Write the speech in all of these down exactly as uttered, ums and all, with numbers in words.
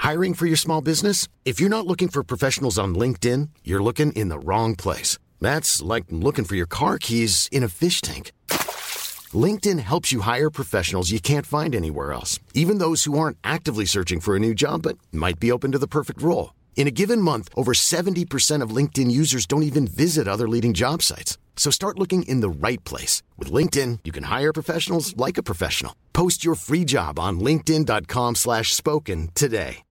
Hiring for your small business? If you're not looking for professionals on LinkedIn, you're looking in the wrong place. That's like looking for your car keys in a fish tank. LinkedIn helps you hire professionals you can't find anywhere else, even those who aren't actively searching for a new job but might be open to the perfect role. In a given month, over seventy percent of LinkedIn users don't even visit other leading job sites. So start looking in the right place. With LinkedIn, you can hire professionals like a professional. Post your free job on linkedin.com slash spoken today.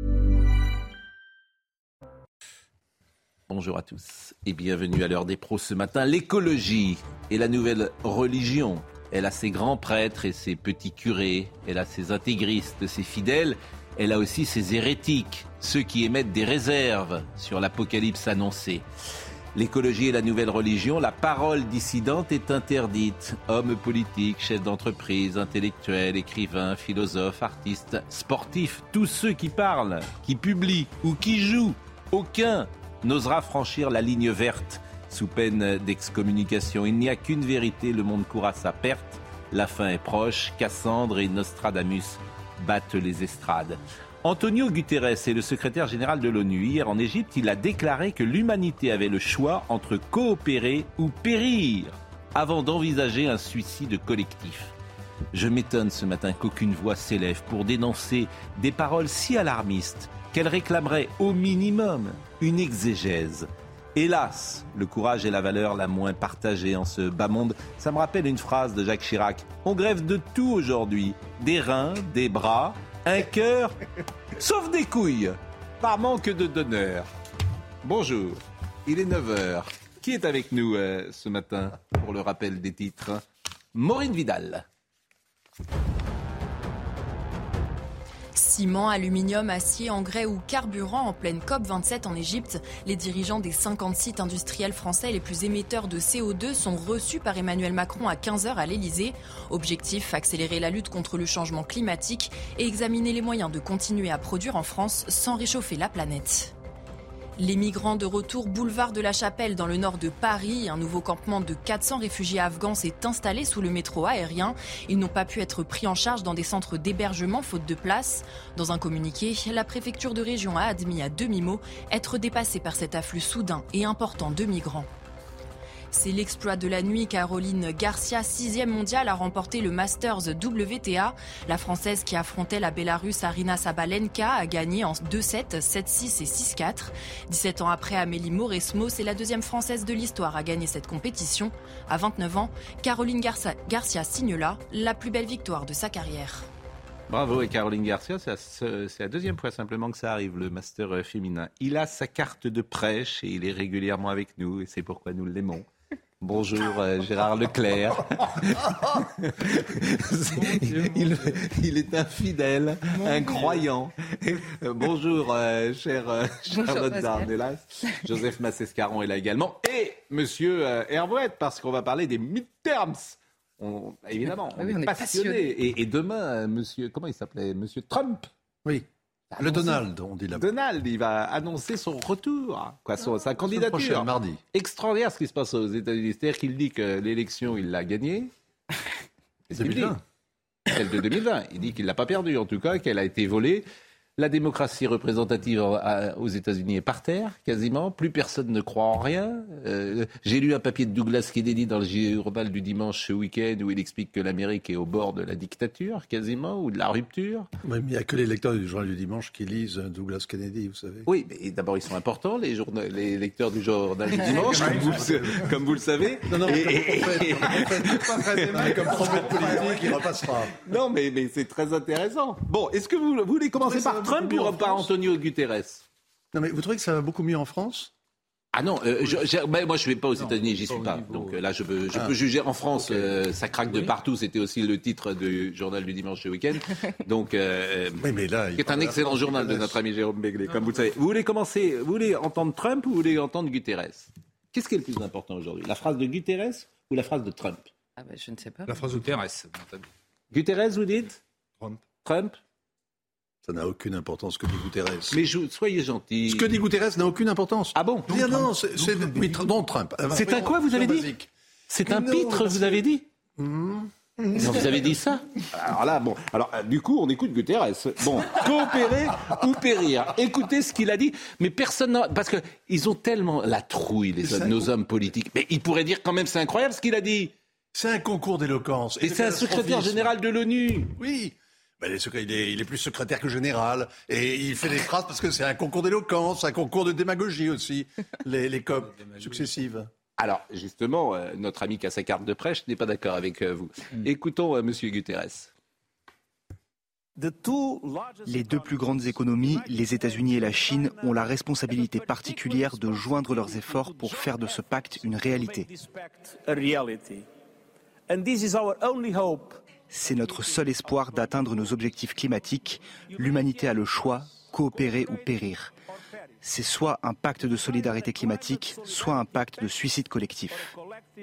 Bonjour à tous et bienvenue à l'heure des pros ce matin. L'écologie est la nouvelle religion. Elle a ses grands prêtres et ses petits curés. Elle a ses intégristes, ses fidèles. Elle a aussi ses hérétiques, ceux qui émettent des réserves sur l'apocalypse annoncée. L'écologie est la nouvelle religion. La parole dissidente est interdite. Hommes politiques, chefs d'entreprise, intellectuels, écrivains, philosophes, artistes, sportifs, tous ceux qui parlent, qui publient ou qui jouent, aucun n'osera franchir la ligne verte sous peine d'excommunication. Il n'y a qu'une vérité, le monde court à sa perte. La fin est proche. Cassandre et Nostradamus battent les estrades. Antonio Guterres est le secrétaire général de l'ONU. Hier en Égypte, il a déclaré que l'humanité avait le choix entre coopérer ou périr avant d'envisager un suicide collectif. Je m'étonne ce matin qu'aucune voix s'élève pour dénoncer des paroles si alarmistes qu'elle réclamerait au minimum une exégèse. Hélas, le courage est la valeur la moins partagée en ce bas monde. Ça me rappelle une phrase de Jacques Chirac. On grève de tout aujourd'hui. Des reins, des bras, un cœur, sauf des couilles, par manque de donneur. Bonjour, il est neuf heures. Qui est avec nous euh, ce matin pour le rappel des titres ? Maureen Vidal. Ciment, aluminium, acier, engrais ou carburant en pleine COP vingt-sept en Égypte. Les dirigeants des cinquante sites industriels français les plus émetteurs de C O deux sont reçus par Emmanuel Macron à quinze heures à l'Elysée. Objectif, accélérer la lutte contre le changement climatique et examiner les moyens de continuer à produire en France sans réchauffer la planète. Les migrants de retour boulevard de la Chapelle dans le nord de Paris. Un nouveau campement de quatre cents réfugiés afghans s'est installé sous le métro aérien. Ils n'ont pas pu être pris en charge dans des centres d'hébergement faute de place. Dans un communiqué, la préfecture de région a admis à demi-mot être dépassée par cet afflux soudain et important de migrants. C'est l'exploit de la nuit. Caroline Garcia, sixième mondiale, a remporté le Masters W T A. La Française qui affrontait la Bélarusse Aryna Sabalenka a gagné en deux sept, sept six et six quatre. dix-sept ans après, Amélie Mauresmo, c'est la deuxième Française de l'histoire à gagner cette compétition. À vingt-neuf ans, Caroline Garcia, Garcia signe là la plus belle victoire de sa carrière. Bravo, et Caroline Garcia, c'est la, c'est la deuxième fois simplement que ça arrive, le master féminin. Il a sa carte de prêche et il est régulièrement avec nous et c'est pourquoi nous l'aimons. Bonjour euh, Gérard Leclerc. il, il est infidèle, incroyant. Euh, bonjour euh, cher euh, Charlotte Darnelas. Joseph Massescaron est là également. Et monsieur euh, Hervouette, parce qu'on va parler des midterms. On, évidemment, on, oui, on est, est passionné. passionné. Et, et demain, euh, monsieur, comment il s'appelait ? Monsieur Trump. Oui. Le Donald, on dit là. Donald, il va annoncer son retour, quoi, son, sa candidature. Prochaine, mardi. Extraordinaire ce qui se passe aux États-Unis. C'est-à-dire qu'il dit que l'élection, il l'a gagnée. deux mille vingt. Celle de deux mille vingt. Il dit qu'il ne l'a pas perdue, en tout cas, qu'elle a été volée. La démocratie représentative aux États-Unis est par terre, quasiment. Plus personne ne croit en rien. Euh, j'ai lu un papier de Douglas Kennedy dans le journal du dimanche ce week-end où il explique que l'Amérique est au bord de la dictature, quasiment, ou de la rupture. Oui, mais il n'y a que les lecteurs du journal du dimanche qui lisent Douglas Kennedy, vous savez. Oui, mais d'abord, ils sont importants, les, journa- les lecteurs du journal du dimanche, comme, vous, comme vous le savez. Non, non, et, et, et, et, pas très aimé comme prophète politique, il repassera. Non, mais, mais c'est très intéressant. Bon, est-ce que vous, vous voulez commencer par Trump ou par Antonio Guterres ? Non, mais vous trouvez que ça va beaucoup mieux en France ? Ah non, euh, je, je, ben moi je ne vais pas aux États-Unis, j'y suis pas. Niveau... Donc là, je peux, je ah. peux juger en France. Okay. Euh, ça craque oui. de partout. C'était aussi le titre du journal du dimanche ce week-end. Donc, euh, oui, mais là, qui est un excellent journal de notre ami Jérôme Béglé, comme vous le savez. Vous voulez commencer ? Vous voulez entendre Trump ou vous voulez entendre Guterres ? Qu'est-ce qui est le plus important aujourd'hui ? La phrase de Guterres ou la phrase de Trump ? Ah ben, je ne sais pas. La phrase de Guterres. Guterres, vous dites ? Trump. Trump ? Ça n'a aucune importance, ce que dit Guterres. Mais je, soyez gentil. Ce que dit Guterres n'a aucune importance. Ah bon ? Non, non, c'est, c'est, oui, non, Trump. C'est un quoi, vous avez dit ? C'est un pitre, vous avez dit ? mmh. Non, vous avez dit ça? Alors là, bon, alors du coup, on écoute Guterres. Bon, coopérer ou périr. Écoutez ce qu'il a dit, mais personne n'a... Parce qu'ils ont tellement la trouille, les hommes, nos hommes politiques. Mais il pourrait dire quand même, c'est incroyable ce qu'il a dit. C'est un concours d'éloquence. Et, et c'est un secrétaire général de l'ONU. Oui. Ben, il, est, il est plus secrétaire que général. Et il fait des phrases parce que c'est un concours d'éloquence, un concours de démagogie aussi, les, les C O P successives. Alors, justement, euh, notre ami qui a sa carte de prêche n'est pas d'accord avec euh, vous. Mm. Écoutons euh, M. Guterres. Les deux plus grandes économies, les États-Unis et la Chine, ont la responsabilité particulière de joindre leurs efforts pour faire de ce pacte une réalité. C'est notre seul espoir d'atteindre nos objectifs climatiques. L'humanité a le choix, coopérer ou périr. C'est soit un pacte de solidarité climatique, soit un pacte de suicide collectif.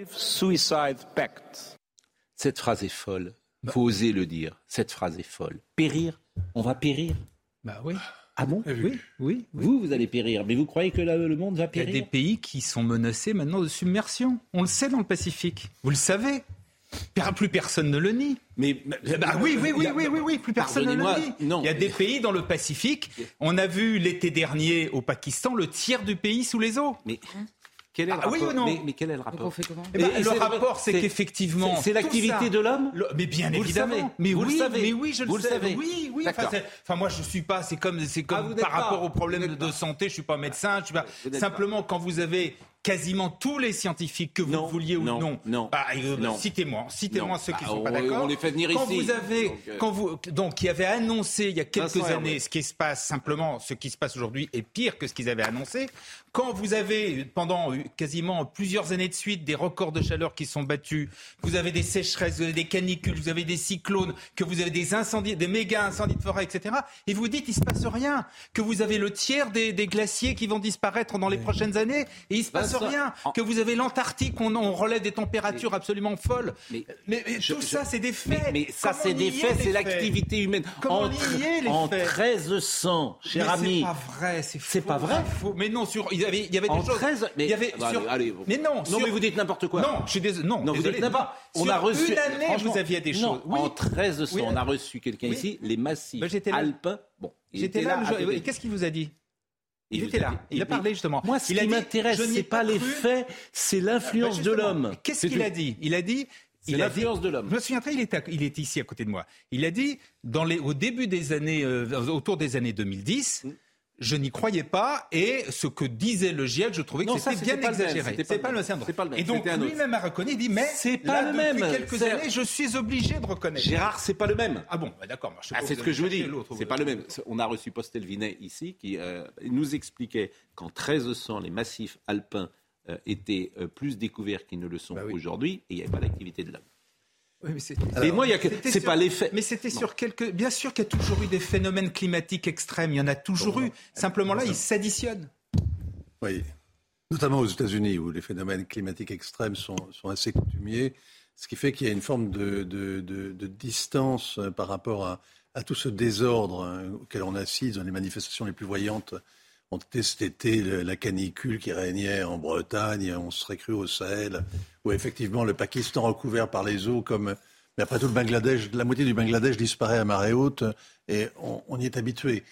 Cette phrase est folle. Il faut oser le dire. Cette phrase est folle. Périr? On va périr? Bah oui. Ah bon? Oui, oui, oui. Vous, vous allez périr. Mais vous croyez que la, le monde va périr? Il y a des pays qui sont menacés maintenant de submersion. On le sait dans le Pacifique. Vous le savez. Plus personne ne le nie. Mais, bah oui, oui, oui, oui, oui, oui, plus personne ne le nie. Non. Il y a des pays dans le Pacifique. On a vu l'été dernier au Pakistan le tiers du pays sous les eaux. Mais quel est le ah, rapport? Oui ou non? mais, mais quel est le rapport? on fait comment eh ben, et, et Le rapport, c'est, c'est qu'effectivement, c'est, c'est l'activité ça, de l'homme. Le, mais bien vous évidemment. Le mais vous oui, le savez. Mais oui, je vous le sais. savais. Oui, oui. Enfin, enfin, moi, je suis pas. C'est comme, c'est comme ah, par rapport pas, aux problèmes de santé. Je suis pas médecin. Je suis pas. Simplement, pas. Quand vous avez quasiment tous les scientifiques que vous non, vouliez ou non, non. non, bah, euh, non. Citez-moi, citez-moi non. ceux qui ne bah, sont pas on, d'accord. On les fait venir quand ici. Vous avez, donc, euh... quand vous, donc, qui avait annoncé il y a quelques Vincent années Hervé. Ce qui se passe, simplement, ce qui se passe aujourd'hui est pire que ce qu'ils avaient annoncé. Quand vous avez, pendant quasiment plusieurs années de suite, des records de chaleur qui sont battus, vous avez des sécheresses, vous avez des canicules, vous avez des cyclones, que vous avez des incendies, des méga incendies de forêt, et cetera. Et vous dites, il se passe rien. Que vous avez le tiers des, des glaciers qui vont disparaître dans les oui. prochaines années, et il se passe Vincent, rien. En... Que vous avez l'Antarctique, on, on relève des températures mais, absolument folles. Mais, mais, mais je, tout je, ça, c'est des faits. Mais, mais ça, c'est des faits, c'est l'activité humaine. Comment en, nier les en faits? treize cents, cher mais ami. C'est pas vrai, c'est faux. C'est pas vrai. Faux. Mais non, sur, il y avait, il y avait des en choses. treize, mais, il y avait bah, sur, allez, allez, mais non, non, sur, mais vous dites n'importe quoi. Non, je suis désolé. Non, non, désolé. Vous dites n'importe. On sur a reçu. Une année, vous aviez des non, choses. Oui. En treize cents, oui. on a reçu quelqu'un oui. ici, les massifs ben, alpins. Bon, j'étais là. là je... Qu'est-ce qu'il vous a dit? Il, il était là, il a parlé justement. Moi, ce il qui a m'intéresse, c'est pas les faits, c'est l'influence bah, de l'homme. Qu'est-ce qu'il a dit? Il a dit... C'est l'influence de l'homme. Je me souviendrai, il est, il est ici à côté de moi. Il a dit, dans les, au début des années, euh, autour des années deux mille dix, mm. je n'y croyais pas, et ce que disait le GIEC, je trouvais que non, c'était ça, bien c'était exagéré. C'était pas, pas, pas le même. Et donc lui-même a reconnu, il dit, mais c'est pas là, le même. Depuis quelques c'est... années, je suis obligé de reconnaître. Gérard, c'est pas le même. Ah bon, bah d'accord. Je sais ah, pas c'est ce que je vous dis. C'est pas le vous... même. On a reçu Postel Vinet ici, qui euh, nous expliquait qu'en treize cents, les massifs alpins euh, étaient euh, plus découverts qu'ils ne le sont bah oui. aujourd'hui, et il n'y avait pas d'activité de l'homme. Oui, mais c'est, Alors, et moi, il y a que, c'est sur, pas l'effet. Mais c'était non. sur quelques. Bien sûr qu'il y a toujours eu des phénomènes climatiques extrêmes. Il y en a toujours bon, eu. Simplement là, ils s'additionnent. Oui, notamment aux États-Unis où les phénomènes climatiques extrêmes sont, sont assez coutumiers, ce qui fait qu'il y a une forme de, de, de, de distance par rapport à, à tout ce désordre hein, auquel on assiste dans les manifestations les plus voyantes. On était cet été la canicule qui régnait en Bretagne, on se serait cru au Sahel, où effectivement le Pakistan recouvert par les eaux, comme mais après tout le Bangladesh, la moitié du Bangladesh disparaît à marée haute, et on, on y est habitué.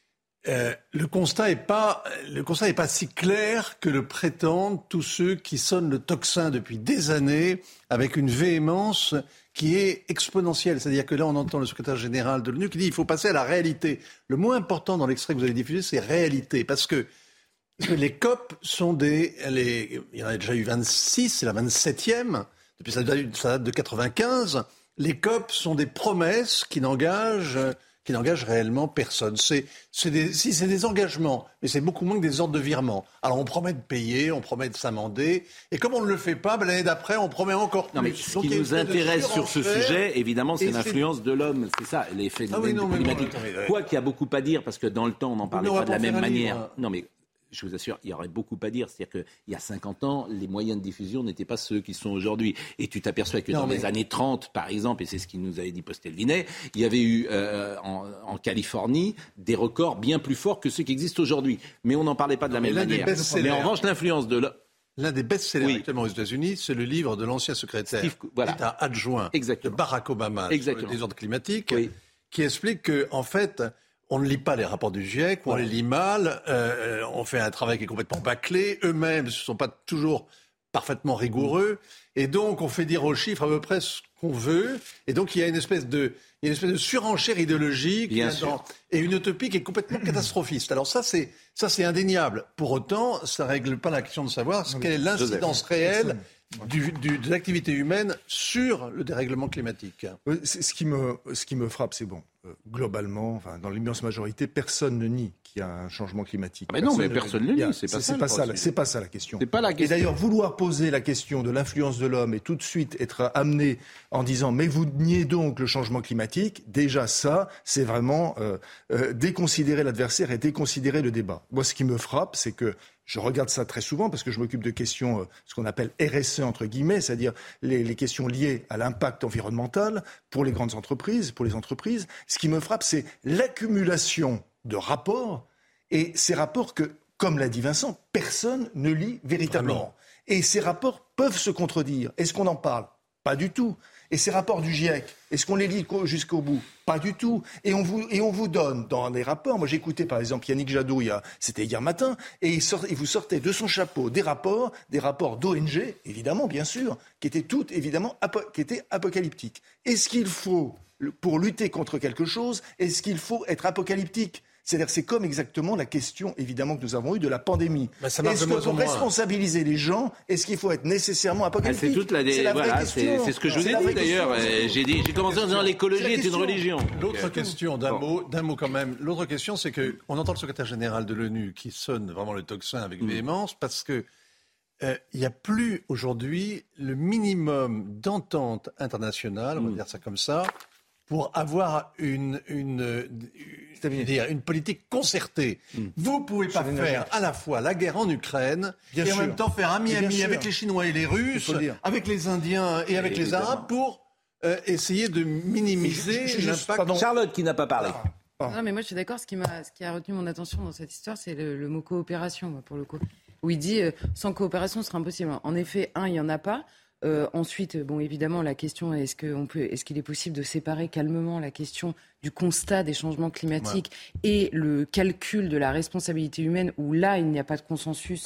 Euh, le constat n'est pas, le constat n'est pas si clair que le prétendent tous ceux qui sonnent le tocsin depuis des années avec une véhémence qui est exponentielle. C'est-à-dire que là, on entend le secrétaire général de l'ONU qui dit qu'il faut passer à la réalité. Le mot important dans l'extrait que vous avez diffusé, c'est réalité. Parce que, parce que les C O P sont des... Les, il y en a déjà eu vingt-six, c'est la vingt-septième. Depuis ça date, ça date de quatre-vingt-quinze. Les C O P sont des promesses qui n'engagent... qui n'engage réellement personne. C'est, c'est des, si c'est des engagements, mais c'est beaucoup moins que des ordres de virement. Alors on promet de payer, on promet de s'amender, et comme on ne le fait pas, ben, l'année d'après, on promet encore plus. Non, mais ce Donc, qui nous intéresse sur ce sujet, évidemment, c'est l'influence c'est... de l'homme. C'est ça, l'effet ah oui, climatique. Bon, Quoi qu'il y a beaucoup à dire, parce que dans le temps, on n'en parlait pas de la même manière. Livre. Non, mais... Je vous assure, il y aurait beaucoup à dire. C'est-à-dire qu'il y a cinquante ans, les moyens de diffusion n'étaient pas ceux qui sont aujourd'hui. Et tu t'aperçois que non, dans mais... les années trente, par exemple, et c'est ce qu'il nous avait dit Postel Vinet, il y avait eu euh, en, en Californie des records bien plus forts que ceux qui existent aujourd'hui. Mais on n'en parlait pas de la non, même manière. Mais en revanche, l'influence de l'homme... L'un des best-sellers Oui. actuellement aux États-Unis, c'est le livre de l'ancien secrétaire Steve, voilà. d'État adjoint Exactement. de Barack Obama Exactement. sur le désordre climatique, Oui. qui explique que, en fait, on ne lit pas les rapports du GIEC, on Ouais. les lit mal, euh, on fait un travail qui est complètement bâclé, eux-mêmes ne sont pas toujours parfaitement rigoureux, et donc on fait dire aux chiffres à peu près ce qu'on veut, et donc il y a une espèce de, il y a une espèce de surenchère idéologique Bien là-dedans, sûr. et une utopie qui est complètement catastrophiste. Alors ça, c'est, ça, c'est indéniable. Pour autant, ça ne règle pas la question de savoir ce quelle est l'incidence réelle du, du, de l'activité humaine sur le dérèglement climatique. Euh, c'est- Ce qui me, ce qui me frappe, c'est bon, euh, globalement, enfin, dans l'immense majorité, personne ne nie qu'il y a un changement climatique. Mais non, mais ne- personne ne il y a- nie, c'est pas ça le pas ça, la- problème. c'est pas ça la question. C'est pas la Et question. d'ailleurs, vouloir poser la question de l'influence de l'homme et tout de suite être amené en disant mais vous niez donc le changement climatique, déjà ça, c'est vraiment euh, euh, déconsidérer l'adversaire et déconsidérer le débat. Moi, ce qui me frappe, c'est que je regarde ça très souvent parce que je m'occupe de questions, euh, ce qu'on appelle R S E entre guillemets, c'est-à-dire les, les questions liées à l'impact environnemental pour les grandes entreprises, pour les entreprises. Ce qui me frappe, c'est l'accumulation de rapports et ces rapports que, comme l'a dit Vincent, personne ne lit véritablement. Vraiment. Et ces rapports peuvent se contredire. Est-ce qu'on en parle ? Pas du tout. Et ces rapports du GIEC, est-ce qu'on les lit jusqu'au bout ? Pas du tout. Et on vous, et on vous donne dans les rapports, moi j'ai écouté par exemple Yannick Jadot, il y a, c'était hier matin, et il, sort, il vous sortait de son chapeau des rapports, des rapports d'O N G, évidemment, bien sûr, qui étaient toutes évidemment apo- qui étaient apocalyptiques. Est-ce qu'il faut, pour lutter contre quelque chose, est-ce qu'il faut être apocalyptique ? C'est-à-dire c'est comme exactement la question, évidemment, que nous avons eue de la pandémie. Ben, ça marche Est-ce de que moins en pour moins. responsabiliser les gens, est-ce qu'il faut être nécessairement Ah, apocalyptique ? c'est toute la, C'est la vraie voilà, question. c'est, c'est ce que je vous C'est ai la dit vraie d'ailleurs. question. Euh, J'ai dit, j'ai commencé en disant l'écologie C'est la est une question. religion. L'autre question, d'un Bon. mot, d'un mot quand même. L'autre question, c'est que on entend le secrétaire général de l'ONU qui sonne vraiment le tocsin avec véhémence parce que euh, il n'y a plus aujourd'hui le minimum d'entente internationale, on va Mm. dire ça comme ça, pour avoir une, une, euh, une, dire, une politique concertée. Mm. Vous ne pouvez pas Sur faire l'énergie. à la fois la guerre en Ukraine Bien et en sûr. même temps faire Mais bien ami-ami sûr. avec les Chinois et les Il Russes, faut le dire. avec les Indiens et avec les Évidemment. Arabes pour euh, essayer de minimiser Je- je- je- l'impact. pardon. Charlotte qui n'a pas parlé. Non, mais moi, je suis d'accord. Ce qui m'a, ce qui a retenu mon attention dans cette histoire, c'est le, le mot coopération, moi, pour le coup. Où il dit, euh, sans coopération, ce sera impossible. En effet, un, il n'y en a pas. Euh, ensuite, bon, évidemment, la question est est-ce qu'on peut, est-ce qu'il est possible de séparer calmement la question du constat des changements climatiques et le calcul de la responsabilité humaine, où là, il n'y a pas de consensus,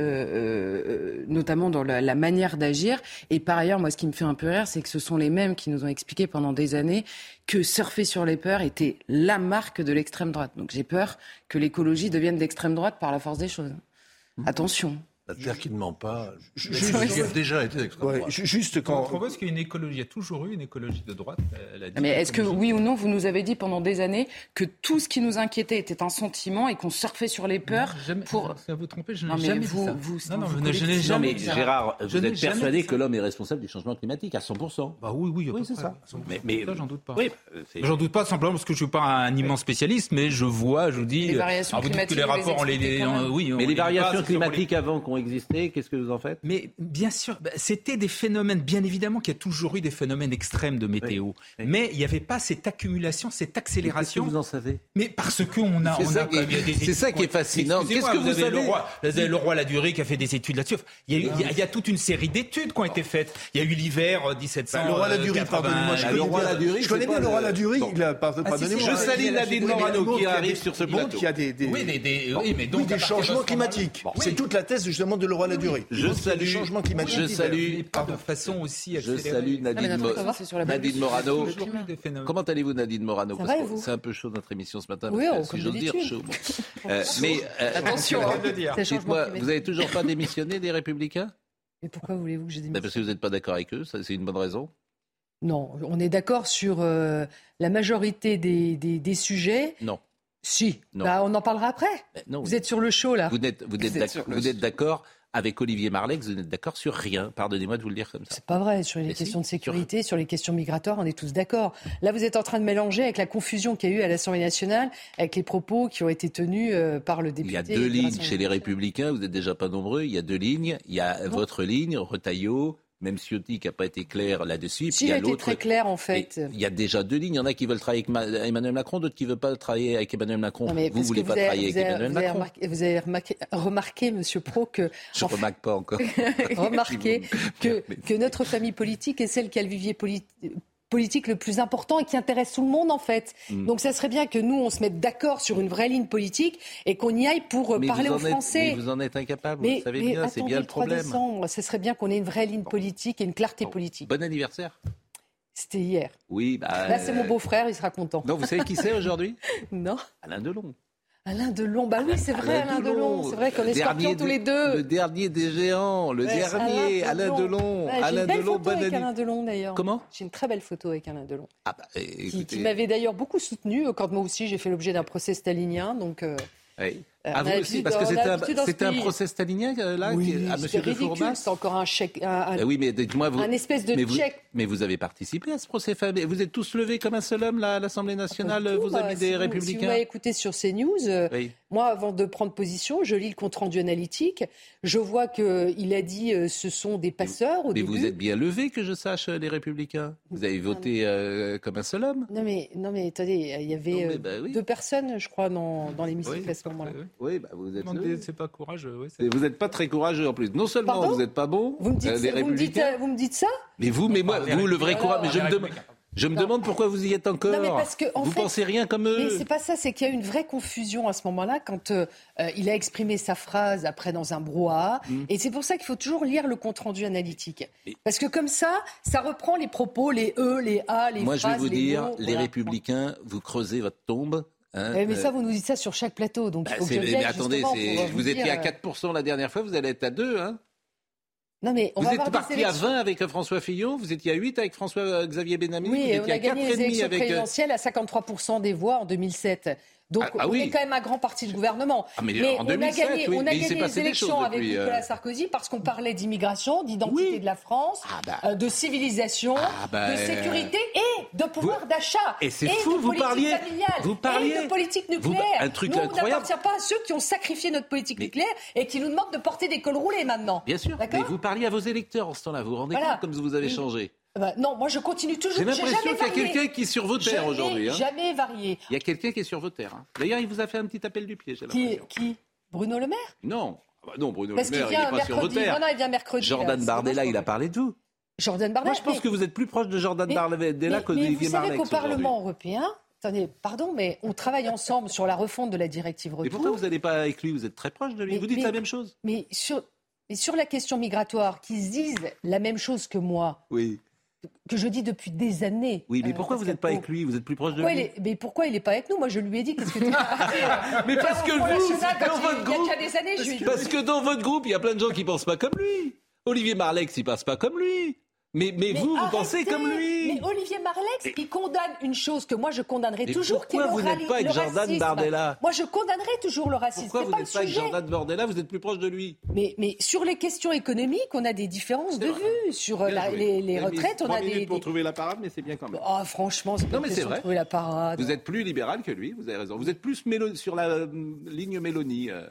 euh, euh, notamment dans la, la manière d'agir. Et par ailleurs, moi, ce qui me fait un peu rire, c'est que ce sont les mêmes qui nous ont expliqué pendant des années que surfer sur les peurs était la marque de l'extrême droite. Donc j'ai peur que l'écologie devienne d'extrême droite par la force des choses. Attention. La terre qui ne ment pas. Je- Je, je- j'ai déjà été d'extrême Ouais, droite. ju- juste On quand. propose qu'il y ait une écologie. Il y a toujours eu une écologie de droite. Elle a dit Mais est-ce que, l'écologie- oui ou non, vous nous avez dit pendant des années que tout ce qui nous inquiétait était un sentiment et qu'on surfait sur les peurs Jamais- pour... Ça vous trompez, je Non, n'ai mais jamais vous- dit ça. vous- non, non, vous je n'ai- je n'ai collectivement, Non jamais mais dit ça. Gérard, Je vous n'ai êtes jamais persuadé dit que ça. l'homme est responsable du changement climatique à cent pour cent. Bah oui, oui, à Oui, peu c'est près. ça. cent pour cent. Mais, mais Ça, j'en doute pas. Oui, euh, c'est- J'en doute pas simplement parce que je suis pas un immense spécialiste, mais je vois, je vous dis. Les variations ah, vous dites que climatiques, les vous les rapports, on les, expliquez quand on- même. oui, on mais les lit pas, variations c'est sur les- climatiques avant qui ont existé, qu'est-ce que vous en faites? Mais bien sûr, bah, c'était des phénomènes, bien évidemment qu'il y a toujours eu des phénomènes extrêmes de météo. Oui, oui. Mais il n'y avait pas cette accumulation, cette Qu'est-ce que accélération. vous en savez? Mais parce qu'on a, C'est on ça a qui est- quand même- il y a des c'est études ça qui est qui ont- fascinant. Excusez-moi, Qu'est-ce que vous avez savez le roi, vous avez le roi Ladurie qui a fait des études là-dessus. Il y, a, il, y a, il y a toute une série d'études qui ont été faites. Il y a eu l'hiver euh, dix-sept cents. Bah, le roi Ladurie, euh, pardonnez-moi, je Ah, connais le roi bien- Ladurie, je connais c'est bien pas le roi le- Ladurie, Bon. il a, pardon- Ah, si, si, pardonnez-moi. je hein, salue il a- Nadine oui, mais Morano il montre qui qu'il y a arrive des- sur ce il montre plateau. qu'il y a des, des, Oui, des, des, oui, mais oui, donc, des à partir de ce changements moment-là- climatiques. Bon, C'est oui. toute la thèse justement de le roi Ladurie. Je Des salue, changements climatiques. je Mais salue, pas de façon aussi je accélérée. salue Ah, mais Nadine, notre Mo- savoir, c'est sur la base Nadine du- Morano. sur le climat. Des phénomènes. Comment allez-vous, Nadine Morano? Ça Parce va, et que vous c'est un peu chaud notre émission ce matin. Oui, parce que, oh, si comme j'ose dire, d'habitude. chaud. Bon. Euh, mais euh, Attention, hein. de le dire. C'est le changement dites-moi, climatique. vous avez toujours pas démissionné des Républicains? Mais pourquoi voulez-vous que je démissionne? Ben, parce que vous n'êtes pas d'accord avec eux, ça c'est une bonne raison. Non, on est d'accord sur euh, la majorité des, des, des sujets. Non. Si, Non. Bah, on en parlera après. Ben, non. Vous êtes sur le show, là. Vous n'êtes, vous êtes Vous êtes d'ac- sur le- vous êtes d'accord avec Olivier Marleix, vous n'êtes d'accord sur rien. Pardonnez-moi de vous le dire comme ça. C'est pas vrai. Sur les Mais questions si, de sécurité, sur les questions migratoires, on est tous d'accord. Là, vous êtes en train de mélanger avec la confusion qu'il y a eu à l'Assemblée nationale, avec les propos qui ont été tenus euh, par le Il député. y a deux de lignes l'Assemblée chez les nationale. Républicains, vous n'êtes déjà pas nombreux, il y a deux lignes. Il y a Non. votre ligne, Retailleau, même Ciotti qui n'a pas été clair là-dessus. Si, il a été très clair, en fait. Il y a déjà deux lignes. Il y en a qui veulent travailler avec Emmanuel Macron, d'autres qui ne veulent pas travailler avec Emmanuel Macron. Non, vous ne voulez pas avez, travailler avec avez, Emmanuel vous Macron. Avez remarqué, vous avez remarqué, remarqué, monsieur Pro, que... Je ne remarque pas encore. Remarquez que, que notre famille politique est celle qui a le vivier politique... politique le plus important et qui intéresse tout le monde en fait. Mm. Donc ça serait bien que nous on se mette d'accord sur une vraie ligne politique et qu'on y aille pour mais parler aux Français. Êtes, mais vous en êtes incapable, mais, vous savez bien, c'est bien le problème. Le trois décembre, ça serait bien qu'on ait une vraie ligne politique et une clarté bon. politique. Bon anniversaire. C'était hier. Oui, bah. Là c'est mon beau-frère, il sera content. Non, vous savez qui c'est aujourd'hui? Non. Alain Delon. Alain Delon, bah oui, c'est vrai, Alain, Alain Delon. Delon. C'est vrai qu'on est scorpions tous les deux. Le dernier des géants, le ouais, dernier, Alain Delon. Ouais, Alain Delon, Delon, bonne année. Alain Delon d'ailleurs. Comment? J'ai une très belle photo avec Alain Delon. Ah bah, écoutez... qui, qui m'avait d'ailleurs beaucoup soutenu quand moi aussi j'ai fait l'objet d'un procès stalinien, donc. Euh... Oui. Ah, vous aussi, parce que c'était un, c'était un procès stalinien, là, oui, qui, à M. de Fourmas. C'est encore un chèque, un, un, eh oui, mais dites-moi, vous, un espèce de mais vous, chèque. Mais vous avez participé à ce procès. Vous êtes tous levés comme un seul homme, là, à l'Assemblée nationale, tout, vos bah, amis si des vous, Républicains. Si vous m'avez écouté sur CNews, euh, oui. moi, avant de prendre position, je lis le compte-rendu analytique. Je vois qu'il a dit euh, ce sont des passeurs au mais début. Mais vous êtes bien levés, que je sache, les Républicains. Vous avez voté euh, comme un seul homme. Non, mais, non, mais attendez, il y avait non, bah, oui. deux personnes, je crois, dans, dans l'hémicycle oui, à ce moment-là. Oui, oui bah, vous êtes c'est pas courageux. Oui, c'est... Vous n'êtes pas très courageux en plus. Non seulement Pardon vous n'êtes pas bon, vous me dites, euh, les vous Républicains. Me dites, vous me dites ça? Mais vous, mais moi, vous, le vrai courage. Mais je me demande. Je me non. demande pourquoi vous y êtes encore. Non, mais parce que, en vous fait, pensez rien comme eux. Mais c'est pas ça, c'est qu'il y a eu une vraie confusion à ce moment-là quand euh, il a exprimé sa phrase après dans un brouhaha. Mmh. Et c'est pour ça qu'il faut toujours lire le compte-rendu analytique. Et... Parce que comme ça, ça reprend les propos, les e, les a, les moi, phrases, je vais vous les dire, mots, les voilà. Républicains, vous creusez votre tombe. Hein, mais, mais ça, vous nous dites ça sur chaque plateau, donc bah, il faut que je vienne, mais attendez, c'est... vous, vous dire... étiez à quatre pour cent la dernière fois, vous allez être à deux, hein. Non, mais on vous va êtes parti à vingt avec François Fillon, vous étiez à huit avec François-Xavier Bennahmi. Oui, vous on a gagné les élections avec... présidentielles à cinquante-trois pour cent des voix en deux mille sept. Donc, ah, ah, on oui. est quand même un grand parti de gouvernement. Ah, mais, mais en on deux mille sept, a gagné, oui. on a mais gagné les élections avec depuis, Nicolas euh... Sarkozy parce qu'on parlait d'immigration, d'identité oui. de la France, ah bah. euh, de civilisation, ah bah, de sécurité et de pouvoir vous... d'achat. Et c'est et fou, de vous politique parliez, familiale, vous parliez, et de politique nucléaire. Vous... Un truc nous, incroyable. on n'appartient pas à ceux qui ont sacrifié notre politique mais... nucléaire et qui nous demandent de porter des cols roulés maintenant. Bien sûr, mais vous parliez à vos électeurs en ce temps-là, vous vous rendez voilà. compte comme vous avez changé. Bah, non, moi je continue toujours. J'ai l'impression qu'il y a quelqu'un qui est sur vos terres aujourd'hui. Hein. Jamais varié. Il y a quelqu'un qui est sur vos terres. Hein. D'ailleurs, il vous a fait un petit appel du pied. J'ai qui, qui Bruno Le Maire? Non, bah non, Bruno Parce Le Maire, il n'est pas sur vos terres. Non, non, il vient mercredi. Jordan là, Bardella, il a parlé de vous. Jordan Bardella. Moi, je pense mais... que vous êtes plus proche de Jordan mais... Bardella qu'Olivier Marleix. Vous savez qu'au Parlement européen, attendez, pardon, mais on travaille ensemble sur la refonte de la directive retour. Et pourquoi vous n'allez pas avec lui? Vous êtes très proche de lui. Mais, vous dites mais, la même chose. Mais sur, mais sur la question migratoire, qu'ils disent la même chose que moi. Oui. Que je dis depuis des années. Oui, mais pourquoi euh, vous n'êtes pas avec lui? Vous êtes plus proche de lui. Est, mais pourquoi il n'est pas avec nous? Moi, je lui ai dit qu'est-ce que tu Mais parce que vous, dans votre groupe, il y a déjà des années, je lui... parce que dans votre groupe, il y a plein de gens qui pensent pas comme lui. Olivier Marleix, il passe pas comme lui. Mais, mais, mais vous, arrêtez, vous pensez comme lui. Mais Olivier Marleix, il condamne une chose que moi je condamnerai mais toujours. Pourquoi vous n'êtes pas avec Jordan racisme. Bardella? Moi je condamnerai toujours le racisme. Pourquoi c'est vous pas n'êtes le pas avec sujet. Jordan Bardella? Vous êtes plus proche de lui. Mais, mais sur les questions économiques, on a des différences de vue. Sur la, les, les retraites, on a des. pour trouver la parade, mais c'est bien quand même. Oh, franchement, c'est pas non, mais c'est vrai. Trouver la parade. Vous êtes plus libéral que lui, vous avez raison. Vous êtes plus mélo... sur la euh, ligne Mélanie, euh,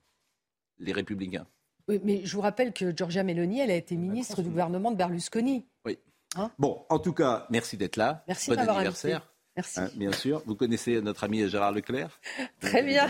les Républicains. Oui, mais je vous rappelle que Giorgia Meloni, elle a été ministre du gouvernement de Berlusconi. Oui. Hein bon, en tout cas, merci d'être là. Merci bon d'avoir anniversaire. Invité. Merci. Hein, bien sûr. Vous connaissez notre ami Gérard Leclerc? Très bien.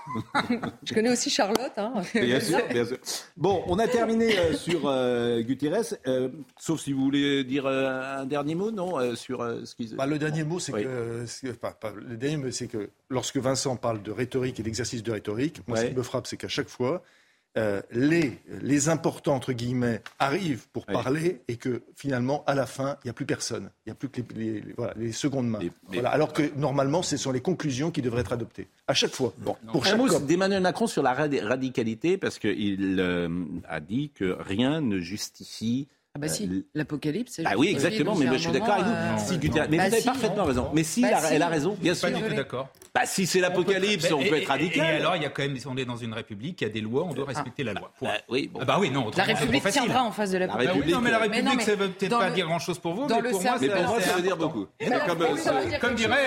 Je connais aussi Charlotte. Hein. Bien sûr, bien sûr. Bon, on a terminé euh, sur euh, Guterres, euh, sauf si vous voulez dire euh, un dernier mot, non euh, sur euh, ce qu'ils... Bah, le dernier mot, c'est oui. que... C'est, pas, pas, le dernier mot, c'est que lorsque Vincent parle de rhétorique et d'exercice de rhétorique, moi, ouais. ce qui me frappe, c'est qu'à chaque fois... Euh, les, les importants, entre guillemets, arrivent pour oui. parler et que finalement, à la fin, il n'y a plus personne. Il n'y a plus que les, les, les, voilà, les secondes mains. Les, les... Voilà. Alors que normalement, ce sont les conclusions qui devraient être adoptées. À chaque fois. Bon, pour chaque un mot d'Emmanuel Macron sur la radicalité, parce qu'il euh, a dit que rien ne justifie... Ah bah si, euh, l'apocalypse. C'est ah oui, exactement, mais moi, je suis d'accord avec vous. Euh... Si, Guterres, mais bah vous avez si, parfaitement non. raison. Mais si, bah elle, si. elle a raison, bien sûr. Pas du tout d'accord. Bah si c'est l'apocalypse, on peut, on peut être radical. Et, et alors, il y a quand même, on est dans une république, il y a des lois, on doit respecter ah. la loi. Bah, oui, bon. ah bah oui, non. La République tiendra en face de l'apocalypse. La République, non, mais la République, ça veut peut-être pas dire grand-chose pour vous, mais pour moi, mais pour moi, ça veut dire beaucoup. Comme dirait,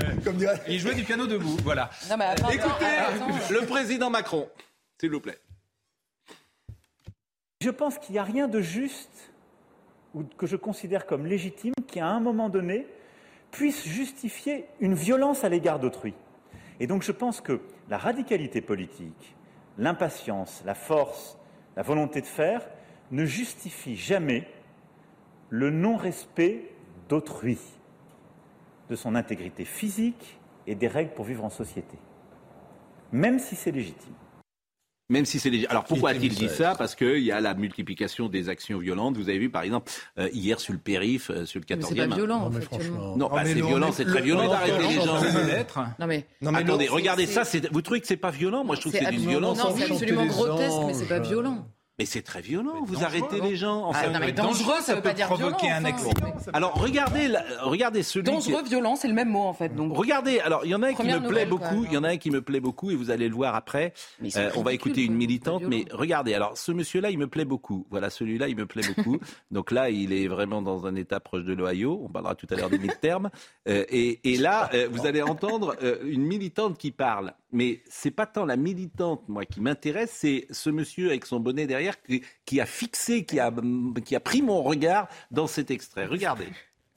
il jouait du piano debout, voilà. Écoutez, le président Macron, s'il vous plaît. Je pense qu'il n'y a rien de juste ou que je considère comme légitime qui, à un moment donné, puisse justifier une violence à l'égard d'autrui. Et donc je pense que la radicalité politique, l'impatience, la force, la volonté de faire ne justifient jamais le non-respect d'autrui, de son intégrité physique et des règles pour vivre en société, même si c'est légitime. Même si c'est légitime. Alors pourquoi a-t-il dit ça ? Parce qu'il y a la multiplication des actions violentes. Vous avez vu par exemple euh, hier sur le périph', euh, sur le quatorzième. Mais c'est pas violent, non, en fait. franchement. Non, bah, mais c'est non, violent, mais c'est très le- violent non, d'arrêter non, les non, gens. c'est Peut-être. Non mais, Non, mais Attendez, non, regardez c'est- ça. C'est... Vous trouvez que c'est pas violent ? Moi, je trouve que c'est d'une absolument- violence. Non, c'est Chanter absolument des grotesque, mais c'est pas anges. violent. Mais c'est très violent. C'est Vous dangereux, arrêtez non les gens. Enfin, Ah, non, mais dangereux, dangereux, ça ça veut peut pas dire provoquer violent, un enfin. accident. alors regardez, la- regardez celui. Dangereux, qui... violent, c'est le même mot en fait. Donc, Regardez, alors il y en a un qui Première me plaît nouvelle, beaucoup, quand même, il y en a un qui me plaît beaucoup et vous allez le voir après. Mais ils sont Euh, on va ridicules, écouter une quoi. militante, C'est pas mais violent. regardez, alors ce monsieur-là, il me plaît beaucoup. Voilà, celui-là, il me plaît beaucoup. Donc là, il est vraiment dans un état proche de l'Ohio. On parlera tout à l'heure des midterms. Euh, et, et là, euh, vous allez entendre euh, une militante qui parle. Mais c'est pas tant la militante, moi, qui m'intéresse, c'est ce monsieur avec son bonnet derrière qui, qui a fixé, qui a, qui a pris mon regard dans cet extrait. Regardez.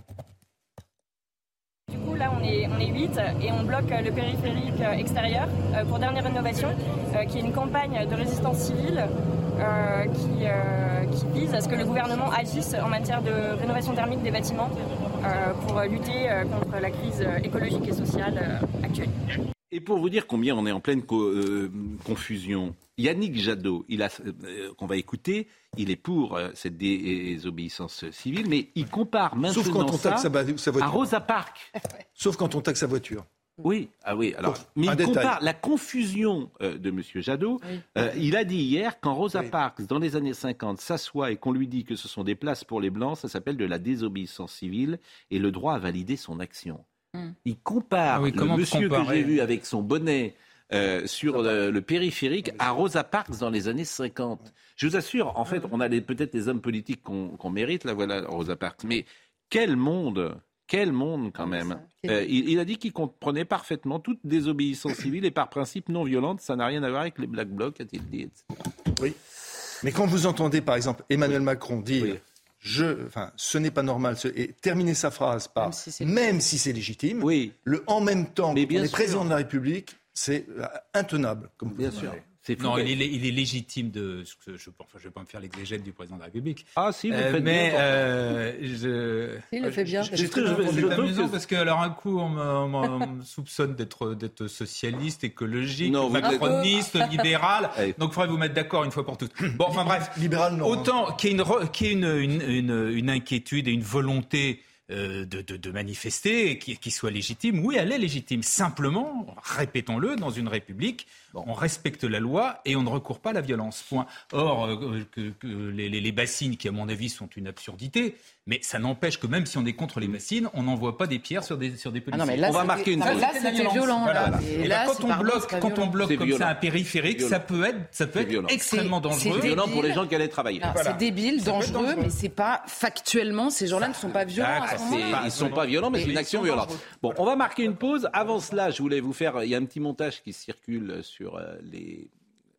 Du coup, là, on est, on est huit et on bloque le périphérique extérieur euh, pour Dernière Rénovation, euh, qui est une campagne de résistance civile euh, qui, euh, qui vise à ce que le gouvernement agisse en matière de rénovation thermique des bâtiments euh, pour lutter euh, contre la crise écologique et sociale euh, actuelle. Et pour vous dire combien on est en pleine co- euh, confusion, Yannick Jadot, il a, euh, qu'on va écouter, il est pour euh, cette désobéissance civile, mais il compare maintenant Sauf quand on ça taxe sa, ba- sa à voiture. Rosa Parks. Sauf quand on taxe sa voiture. Oui, ah oui. Alors, Sauf mais un il détail. compare la confusion euh, de M. Jadot. Oui. Euh, il a dit hier, quand Rosa Oui. Parks, dans les années cinquante, s'assoit et qu'on lui dit que ce sont des places pour les Blancs, ça s'appelle de la désobéissance civile et le droit à valider son action. Mm. Il compare Ah oui, le comment monsieur comparer que j'ai vu avec son bonnet euh, sur le, le périphérique à Rosa Parks dans les années cinquante. Je vous assure, en fait, on a les- peut-être les hommes politiques qu'on, qu'on mérite, là voilà, Rosa Parks. Mais quel monde, quel monde quand même. Euh, il, il a dit qu'il comprenait parfaitement toute désobéissance civile et par principe non violente, ça n'a rien à voir avec les Black Blocs, a-t-il dit, et cetera. Oui. Mais quand vous entendez, par exemple, Emmanuel Macron dire Oui. je, enfin, ce n'est pas normal, ce- et terminer sa phrase par Même si c'est- même si c'est légitime, Oui, le en même temps, Mais quand bien on est sûr. président de la République, c'est euh, intenable. Comme bien sûr. C'est fou. Non, il est, il est légitime de. Je ne enfin, je vais pas me faire l'exégète du président de la République. Ah si, vous Euh, faites mais bien. euh, je. Il le fait bien. Je, je, C'est je, très- je- je c'est trouve amusant que- parce que alors un coup on me, on me- on me soupçonne d'être d'être socialiste, écologique, Non, vous êtes- macroniste, libéral. Allez. Donc il faudrait vous mettre d'accord une fois pour toutes. Bon, enfin bref. Libéral, non. Autant qu'il y ait une, re- qu'il y ait une, une, une, une inquiétude et une volonté euh, de, de, de manifester, et qui, qui soit légitime, oui, elle est légitime. Simplement, répétons-le, dans une république, on respecte la loi et on ne recourt pas à la violence. Point. Or, euh, que, que les, les, les bassines, qui à mon avis sont une absurdité, mais ça n'empêche que même si on est contre les bassines, on n'envoie pas des pierres sur des, sur des Ah policiers. non, mais là, On va c'était- marquer une là, pause. là, c'était violent. Voilà, là. voilà. Et Et là, ben, c'est quand on pardon, bloque, c'est pas quand on violent. bloque C'est comme violent. ça un périphérique, C'est ça peut être, ça peut C'est être violent. extrêmement C'est- dangereux. c'est violent pour les débile. gens qui allaient travailler. Non, Voilà. C'est débile, Ça peut être dangereux, dangereux. mais c'est pas factuellement, ces gens-là ne sont pas violents à D'accord, ce C'est- moment-là. ils ne sont pas violents, mais c'est une Ils action sont violente. dangereux. Bon, on va marquer une pause. Avant cela, je voulais vous faire... Il y a un petit montage qui circule sur euh, les